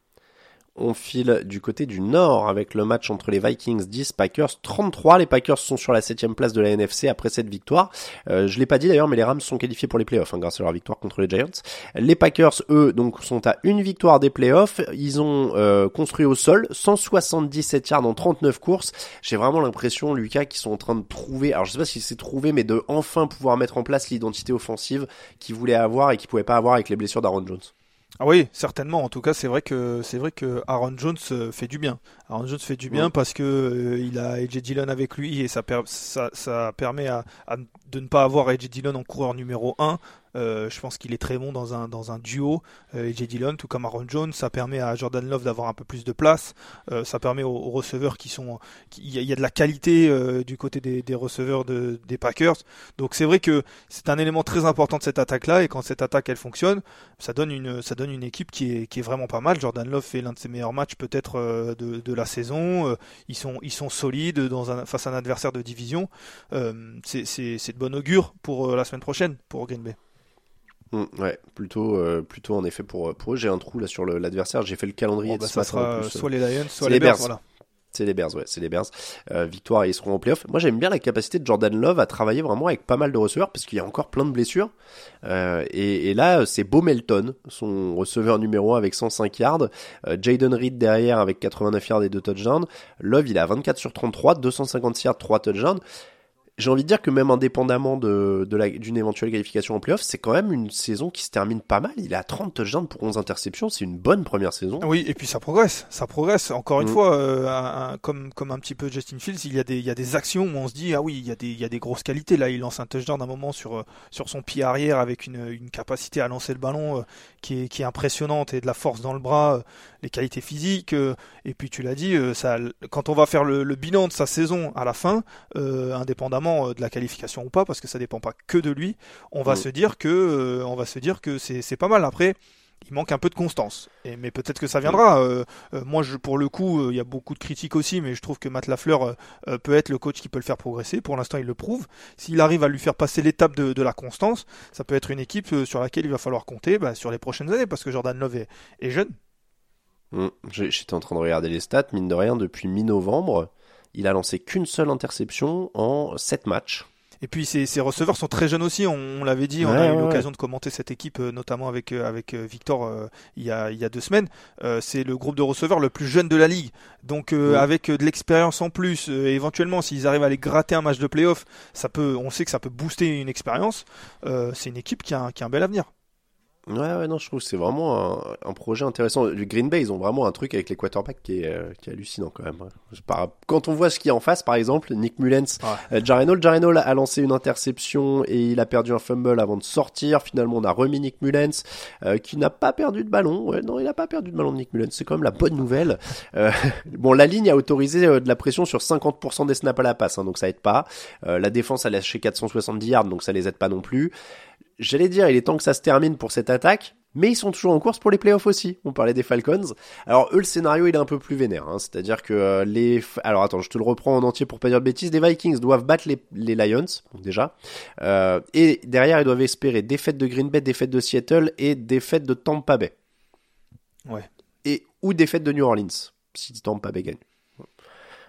On file du côté du nord avec le match entre les Vikings dix, Packers trente-trois. Les Packers sont sur la septième place de la N F C après cette victoire. Euh, je l'ai pas dit d'ailleurs, mais les Rams sont qualifiés pour les playoffs hein, grâce à leur victoire contre les Giants. Les Packers, eux, donc sont à une victoire des playoffs. Ils ont euh, construit au sol cent soixante-dix-sept yards en trente-neuf courses. J'ai vraiment l'impression, Lucas, qu'ils sont en train de trouver, alors je sais pas si c'est trouvé, mais de enfin pouvoir mettre en place l'identité offensive qu'ils voulaient avoir et qu'ils pouvaient pas avoir avec les blessures d'Aaron Jones. Ah oui, certainement. En tout cas, c'est vrai que c'est vrai que Aaron Jones fait du bien. Aaron Jones fait du bien ouais. parce que euh, il a A J Dillon avec lui et ça per- ça, ça permet à, à de ne pas avoir A J Dillon en coureur numéro un. Euh, je pense qu'il est très bon dans un dans un duo. Euh, A J Dillon, tout comme Aaron Jones, ça permet à Jordan Love d'avoir un peu plus de place. Euh, ça permet aux, aux receveurs qui sont, il y, y a de la qualité euh, du côté des, des receveurs de, des Packers. Donc c'est vrai que c'est un élément très important de cette attaque-là. Et quand cette attaque elle fonctionne, ça donne une ça donne une équipe qui est qui est vraiment pas mal. Jordan Love fait l'un de ses meilleurs matchs peut-être euh, de de la saison. Euh, ils sont ils sont solides dans un face à un adversaire de division. Euh, c'est c'est c'est de bon augure pour euh, la semaine prochaine pour Green Bay. Mmh, ouais, plutôt, euh, plutôt en effet pour, pour eux. J'ai un trou là sur le, l'adversaire. J'ai fait le calendrier oh, de bah, ce ça matin. Sera en plus. soit les Lions, soit c'est les les Bears. Bears. Voilà. C'est les Bears, ouais, c'est les Bears. Euh, victoire et ils seront en playoff. Moi, j'aime bien la capacité de Jordan Love à travailler vraiment avec pas mal de receveurs parce qu'il y a encore plein de blessures. Euh, et, et là, c'est Bo Melton, son receveur numéro un avec cent cinq yards. Euh, Jaden Reed derrière avec quatre-vingt-neuf yards et deux touchdowns. Love, il a vingt-quatre sur trente-trois, deux cent cinquante yards, trois touchdowns. J'ai envie de dire que même indépendamment de, de la, d'une éventuelle qualification en playoff, c'est quand même une saison qui se termine pas mal. Il a trente touchdowns pour onze interceptions, c'est une bonne première saison. Oui, et puis ça progresse, ça progresse. Encore une mmh. fois, euh, un, un, comme comme un petit peu Justin Fields, il y a des il y a des actions où on se dit ah oui, il y a des il y a des grosses qualités. Là, il lance un touchdown d'un moment sur sur son pied arrière avec une une capacité à lancer le ballon euh, qui est qui est impressionnante et de la force dans le bras, euh, les qualités physiques. Euh, et puis tu l'as dit, euh, ça quand on va faire le, le bilan de sa saison à la fin, euh, indépendamment de la qualification ou pas, parce que ça dépend pas que de lui, on va mmh. se dire que euh, on va se dire que c'est c'est pas mal. Après, il manque un peu de constance, et mais peut-être que ça viendra. Euh, euh, moi, je pour le coup, il euh, y a beaucoup de critiques aussi, mais je trouve que Matt LaFleur euh, peut être le coach qui peut le faire progresser. Pour l'instant, il le prouve. S'il arrive à lui faire passer l'étape de, de la constance, ça peut être une équipe euh, sur laquelle il va falloir compter bah, sur les prochaines années, parce que Jordan Love est, est jeune. Mmh. J'étais en train de regarder les stats, mine de rien, depuis mi-novembre. Il a lancé qu'une seule interception en sept matchs. Et puis ses, ses receveurs sont très jeunes aussi, on, on l'avait dit, on ouais, a eu ouais, l'occasion ouais. de commenter cette équipe, euh, notamment avec euh, avec euh, Victor euh, il y a il y a deux semaines. Euh, c'est le groupe de receveurs le plus jeune de la ligue, donc euh, ouais. avec euh, de l'expérience en plus, euh, éventuellement s'ils arrivent à aller gratter un match de play-off, ça peut, on sait que ça peut booster une expérience. Euh, c'est une équipe qui a, qui a un bel avenir. Ouais, ouais, non, je trouve que c'est vraiment un, un projet intéressant. Le Green Bay, ils ont vraiment un truc avec les quarterbacks qui est, euh, qui est hallucinant quand même. Quand on voit ce qu'il y a en face, par exemple, Nick Mullens, ouais. euh, Jaren Hall, Jaren Hall a lancé une interception et il a perdu un fumble avant de sortir. Finalement, on a remis Nick Mullens, euh, qui n'a pas perdu de ballon. Ouais, non, il n'a pas perdu de ballon de Nick Mullens. C'est quand même la bonne nouvelle. Euh, bon, la ligne a autorisé euh, de la pression sur cinquante pour cent des snaps à la passe, hein, donc ça aide pas. Euh, la défense a lâché quatre cent soixante-dix yards, donc ça les aide pas non plus. J'allais dire, il est temps que ça se termine pour cette attaque, mais ils sont toujours en course pour les playoffs aussi. On parlait des Falcons. Alors eux, le scénario, il est un peu plus vénère, hein. C'est-à-dire que euh, les... Alors attends, je te le reprends en entier pour pas dire de bêtises. Les Vikings doivent battre les, les Lions, donc déjà. Euh, et derrière, ils doivent espérer défaite de Green Bay, défaite de Seattle et défaite de Tampa Bay. Ouais. Et ou défaite de New Orleans, si Tampa Bay gagne.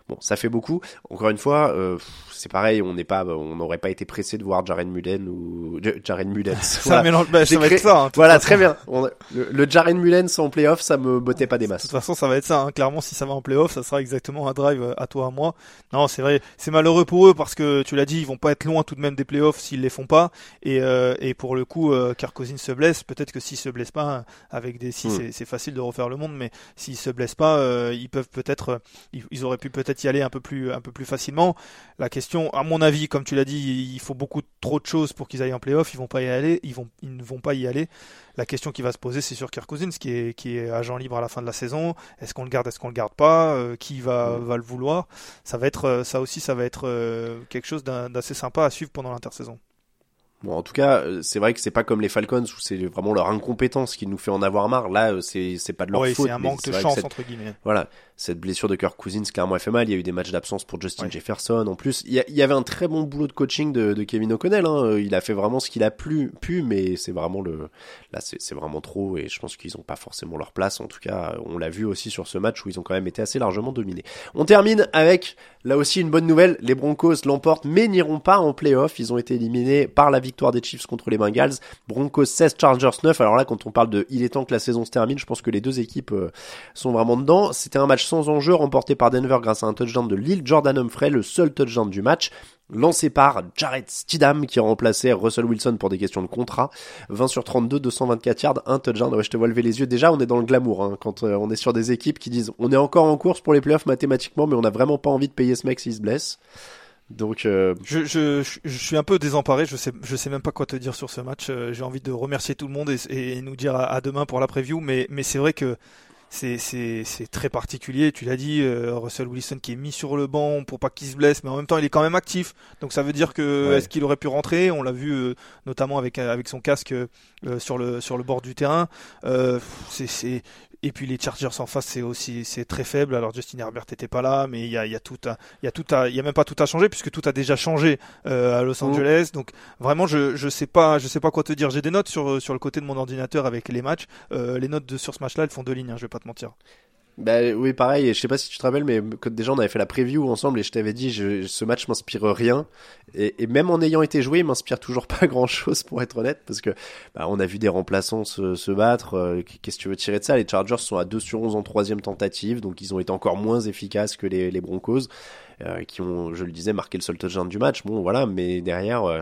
Bon, ça fait beaucoup. Encore une fois, euh, c'est pareil, on n'est pas, on n'aurait pas été pressé de voir Jaren Mullen ou Jaren Mullen. ça voilà. mélange, bah, ça va cré... être ça. Hein, voilà, façon. très bien. On a... le, le Jaren Mullen sans playoff, ça me bottait pas des masses. De toute façon, ça va être ça. Hein. Clairement, si ça va en playoff, ça sera exactement un drive à toi, à moi. Non, c'est vrai, c'est malheureux pour eux parce que tu l'as dit, ils vont pas être loin tout de même des playoffs s'ils les font pas. Et, euh, et pour le coup, euh, Kirk Cousins se blesse. Peut-être que s'il se blesse pas, avec des si, mm. c'est, c'est facile de refaire le monde, mais s'ils se blessent pas, euh, ils peuvent peut-être, ils, ils auraient pu peut-être y aller un peu plus, un peu plus facilement. La question, à mon avis, comme tu l'as dit, il faut beaucoup trop de choses pour qu'ils aillent en playoff. Ils vont pas y aller. Ils vont, ils ne vont pas y aller. La question qui va se poser, c'est sur Kirk Cousins, qui est, qui est agent libre à la fin de la saison. Est-ce qu'on le garde, est-ce qu'on le garde pas euh, Qui va, mmh. va le vouloir Ça va être, ça aussi, ça va être euh, quelque chose d'un, d'assez sympa à suivre pendant l'intersaison. Bon, en tout cas, c'est vrai que c'est pas comme les Falcons où c'est vraiment leur incompétence qui nous fait en avoir marre. Là, c'est c'est pas de leur oui, faute. C'est un manque de chance cette, entre guillemets. Voilà, cette blessure de Kirk Cousins clairement a fait mal. Il y a eu des matchs d'absence pour Justin oui. Jefferson. En plus, il y, a, il y avait un très bon boulot de coaching de, de Kevin O'Connell. Hein. Il a fait vraiment ce qu'il a pu, pu mais c'est vraiment le, là, c'est, c'est vraiment trop. Et je pense qu'ils ont pas forcément leur place. En tout cas, on l'a vu aussi sur ce match où ils ont quand même été assez largement dominés. On termine avec là aussi une bonne nouvelle. Les Broncos l'emportent, mais n'iront pas en playoff. Ils ont été éliminés par la victoire des Chiefs contre les Bengals. Broncos seize, Chargers neuf. Alors là, quand on parle de il est temps que la saison se termine, je pense que les deux équipes euh, sont vraiment dedans. C'était un match sans enjeu remporté par Denver grâce à un touchdown de Lil Jordan Humphrey, le seul touchdown du match, lancé par Jarrett Stidham qui remplaçait Russell Wilson pour des questions de contrat. vingt sur trente-deux, deux cent vingt-quatre yards, un touchdown. Ouais, je te vois lever les yeux. Déjà, on est dans le glamour hein, quand euh, on est sur des équipes qui disent on est encore en course pour les playoffs mathématiquement, mais on n'a vraiment pas envie de payer ce mec s'il se blesse. Donc, euh... je, je, je suis un peu désemparé. Je sais, je sais même pas quoi te dire sur ce match. Euh, j'ai envie de remercier tout le monde et, et nous dire à, à demain pour la preview. Mais, mais c'est vrai que c'est, c'est, c'est très particulier. Tu l'as dit, euh, Russell Wilson qui est mis sur le banc pour pas qu'il se blesse, mais en même temps il est quand même actif. Donc ça veut dire que ouais. Est-ce qu'il aurait pu rentrer ? On l'a vu euh, notamment avec avec son casque euh, sur le sur le bord du terrain. Euh, c'est, c'est Et puis les Chargers en face, c'est aussi c'est très faible. Alors Justin Herbert n'était pas là, mais il y a il y a tout à, il y a tout à, il y a même pas tout à changer puisque tout a déjà changé euh, à Los Angeles. Donc vraiment je je sais pas je sais pas quoi te dire. J'ai des notes sur sur le côté de mon ordinateur avec les matchs. Euh, les notes de sur ce match-là, elles font deux lignes. Hein, je vais pas te mentir. Bah oui, pareil, je sais pas si tu te rappelles, mais quand déjà on avait fait la preview ensemble et je t'avais dit, je, ce match m'inspire rien. Et, et même en ayant été joué, il m'inspire toujours pas grand chose pour être honnête, parce que bah, on a vu des remplaçants se, se battre. Euh, qu'est-ce que tu veux tirer de ça ? Les Chargers sont à deux sur onze en troisième tentative, donc ils ont été encore moins efficaces que les, les Broncos, euh, qui ont, je le disais, marqué le seul touchdown du match. Bon, voilà, mais derrière... Euh,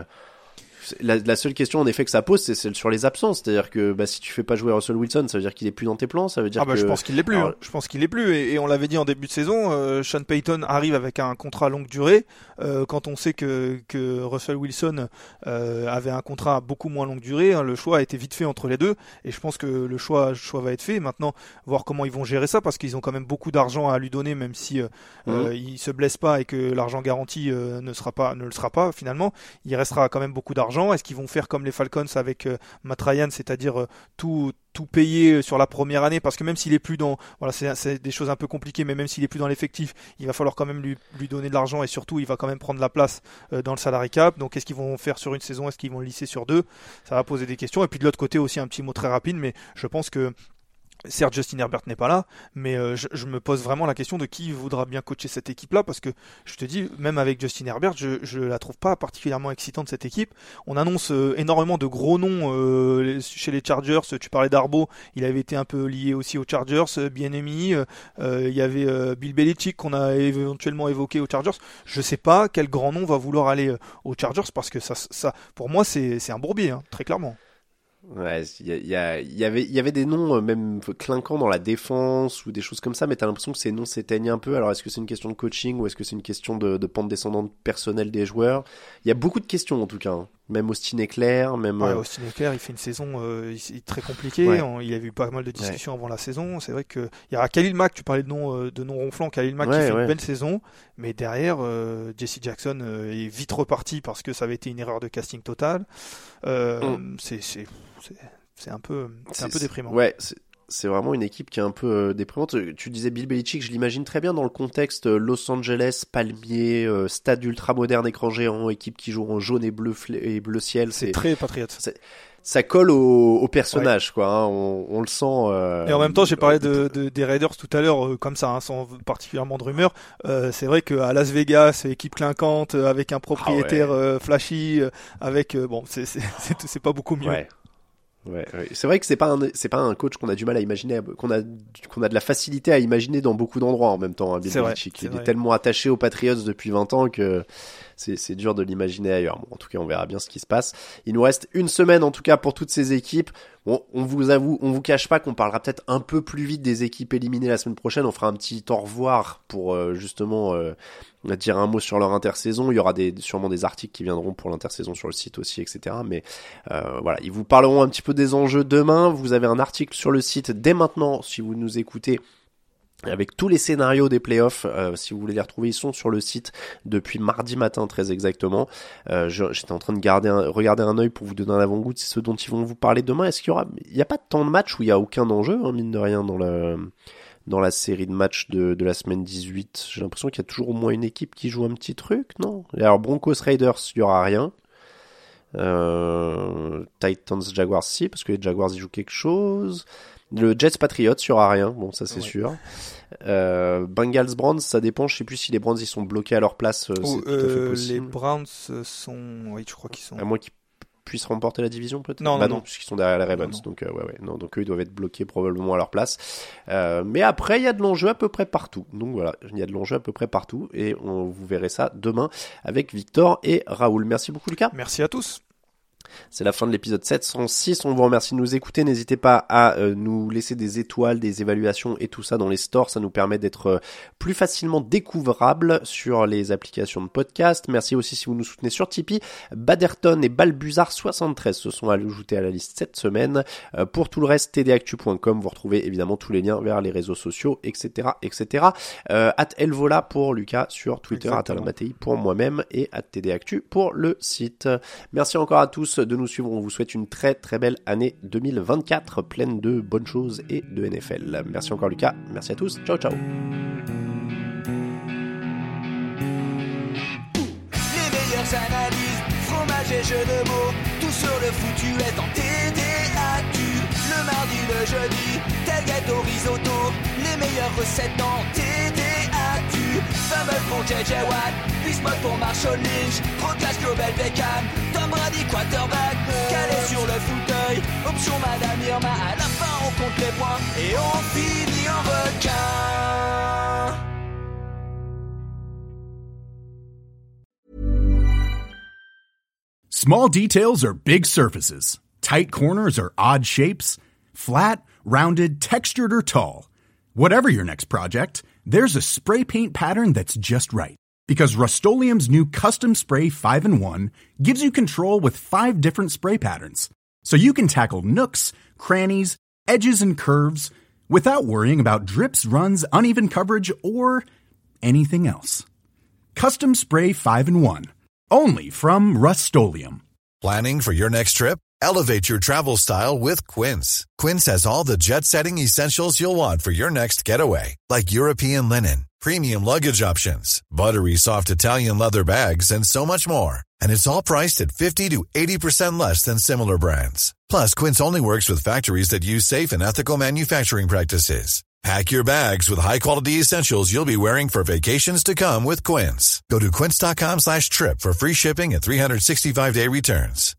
La, la seule question en effet que ça pose, c'est celle sur les absences, c'est-à-dire que bah, si tu fais pas jouer Russell Wilson, ça veut dire qu'il est plus dans tes plans, ça veut dire ah bah que... je pense qu'il l'est plus, Alors... hein. je pense qu'il l'est plus et, et on l'avait dit en début de saison, euh, Sean Payton arrive avec un contrat longue durée, euh, quand on sait que, que Russell Wilson euh, avait un contrat à beaucoup moins longue durée, hein, le choix a été vite fait entre les deux et je pense que le choix, le choix va être fait. Maintenant, voir comment ils vont gérer ça parce qu'ils ont quand même beaucoup d'argent à lui donner, même si euh, mmh. euh, il se blesse pas et que l'argent garanti euh, ne sera pas, ne le sera pas finalement, il restera quand même beaucoup d'argent. Est-ce qu'ils vont faire comme les Falcons avec euh, Matt Ryan, c'est-à-dire euh, tout tout payer sur la première année, parce que même s'il est plus dans, voilà, c'est, c'est des choses un peu compliquées, mais même s'il est plus dans l'effectif, il va falloir quand même lui, lui donner de l'argent et surtout il va quand même prendre la place euh, dans le salary cap. Donc qu'est-ce qu'ils vont faire sur une saison ? Est-ce qu'ils vont le lisser sur deux ? Ça va poser des questions. Et puis de l'autre côté aussi un petit mot très rapide, mais je pense que certes, Justin Herbert n'est pas là, mais euh, je, je me pose vraiment la question de qui voudra bien coacher cette équipe-là, parce que je te dis, même avec Justin Herbert, je, je la trouve pas particulièrement excitante cette équipe. On annonce euh, énormément de gros noms euh, chez les Chargers. Tu parlais d'Arbo, il avait été un peu lié aussi aux Chargers, euh, Bieniemy. Il euh, y avait euh, Bill Belichick qu'on a éventuellement évoqué aux Chargers. Je sais pas quel grand nom va vouloir aller euh, aux Chargers, parce que ça, ça, pour moi, c'est, c'est un bourbier, hein, très clairement. Ouais, il y, y, y avait il y avait des noms même clinquants dans la défense ou des choses comme ça, mais t'as l'impression que ces noms s'éteignent un peu. Alors est-ce que c'est une question de coaching ou est-ce que c'est une question de, de pente descendante personnelle des joueurs ? Il y a beaucoup de questions en tout cas, hein. Même Austin Eckler, même ouais, Austin Eckler, il fait une saison euh, très compliquée. Ouais. On, il y a eu pas mal de discussions ouais. avant la saison. C'est vrai que il y a Khalil Mack. Tu parlais de nom euh, de nom ronflant, Khalil Mack ouais, qui fait ouais. une belle saison, mais derrière euh, Jesse Jackson euh, est vite reparti parce que ça avait été une erreur de casting totale. Euh, mm. c'est, c'est c'est c'est un peu c'est, c'est un peu déprimant. Ouais. C'est... C'est vraiment une équipe qui est un peu euh, déprimante. Tu disais Bill Belichick, je l'imagine très bien dans le contexte euh, Los Angeles, palmier, euh, stade ultra moderne, écran géant, équipe qui joue en jaune et bleu fl- et bleu ciel. C'est, c'est très patriote. C'est, ça colle au, au personnage, ouais. quoi. Hein, on, on le sent. Euh, et en même temps, j'ai parlé de, de, des Raiders tout à l'heure, euh, comme ça, hein, sans particulièrement de rumeurs. Euh, c'est vrai qu'à Las Vegas, équipe clinquante, euh, avec un propriétaire ah ouais. euh, flashy, euh, avec euh, bon, c'est, c'est c'est c'est pas beaucoup mieux. Ouais. Ouais, ouais. C'est vrai que c'est pas un c'est pas un coach qu'on a du mal à imaginer, qu'on a qu'on a de la facilité à imaginer dans beaucoup d'endroits en même temps. Hein, Bill Belichick, il est tellement attaché aux Patriots depuis vingt ans que c'est c'est dur de l'imaginer ailleurs. Bon, en tout cas, on verra bien ce qui se passe. Il nous reste une semaine en tout cas pour toutes ces équipes. Bon, on vous avoue, on vous cache pas qu'on parlera peut-être un peu plus vite des équipes éliminées la semaine prochaine. On fera un petit au revoir pour euh, justement euh, dire un mot sur leur intersaison. Il y aura des, sûrement des articles qui viendront pour l'intersaison sur le site aussi, et cetera. Mais euh, voilà, ils vous parleront un petit peu des enjeux demain. Vous avez un article sur le site dès maintenant si vous nous écoutez, avec tous les scénarios des playoffs. Euh, si vous voulez les retrouver, ils sont sur le site depuis mardi matin très exactement. Euh, je, j'étais en train de garder un, regarder un œil pour vous donner un avant-goût de ce dont ils vont vous parler demain. Est-ce qu'il y aura, il n'y a pas tant de matchs où il n'y a aucun enjeu, hein, mine de rien, dans le dans la série de matchs de, de la semaine dix-huit. J'ai l'impression qu'il y a toujours au moins une équipe qui joue un petit truc, non? Alors Broncos Raiders, il n'y aura rien. Euh, Titans Jaguars, si, parce que les Jaguars ils jouent quelque chose. Le Jets Patriots, il n'y aura rien, bon ça c'est ouais. sûr. Euh, Bengals Browns, ça dépend, je sais plus si les Browns ils sont bloqués à leur place, euh, c'est oh, tout à fait euh, possible. Les Browns sont, oui je crois qu'ils sont. À moins qu'ils puissent remporter la division peut-être. Non, bah non, non, puisqu'ils sont derrière les Ravens, non, non. donc euh, ouais ouais, non donc eux ils doivent être bloqués probablement à leur place. Euh, mais après il y a de l'enjeu à peu près partout, donc voilà, il y a de l'enjeu à peu près partout et on vous verrez ça demain avec Victor et Raoul. Merci beaucoup Lucas. Merci à tous. C'est la fin de l'épisode sept cent six, on vous remercie de nous écouter, n'hésitez pas à euh, nous laisser des étoiles, des évaluations et tout ça dans les stores, ça nous permet d'être euh, plus facilement découvrables sur les applications de podcast. Merci aussi si vous nous soutenez sur Tipeee. Baderton et Balbuzard soixante-treize se sont ajoutés à la liste cette semaine. Euh, pour tout le reste, t d actu point com, vous retrouvez évidemment tous les liens vers les réseaux sociaux, et cetera, et cetera. Euh, at Elvola pour Lucas sur Twitter, at Alamatei pour moi-même et at tdactu pour le site. Merci encore à tous de nous suivre, on vous souhaite une très très belle année deux mille vingt-quatre, pleine de bonnes choses et de N F L. Merci encore Lucas, merci à tous, ciao ciao. Les meilleures analyses, fromage et jeux de mots, tout sur le foutu est en T D A Q. Le mardi, le jeudi, tailgate au risotto, les meilleures recettes en T D A Q. Fumble pour J J Watt, Bismuth pour Marshall Lynch, Proclash Global Beckham, Tom Brady quarterback, calé sur le fauteuil, option Madame Irma, à la fin on compte les points et on finit en requin. Small details are big surfaces. Tight corners are odd shapes. Flat, rounded, textured, or tall. Whatever your next project, there's a spray paint pattern that's just right. Because Rust-Oleum's new Custom Spray five in one gives you control with five different spray patterns. So you can tackle nooks, crannies, edges, and curves without worrying about drips, runs, uneven coverage, or anything else. Custom Spray five in one. Only from Rust-Oleum. Planning for your next trip? Elevate your travel style with Quince. Quince has all the jet-setting essentials you'll want for your next getaway, like European linen, premium luggage options, buttery soft Italian leather bags, and so much more. And it's all priced at fifty to eighty percent less than similar brands. Plus, Quince only works with factories that use safe and ethical manufacturing practices. Pack your bags with high-quality essentials you'll be wearing for vacations to come with Quince. Go to quince.com slash trip for free shipping and three sixty-five day returns.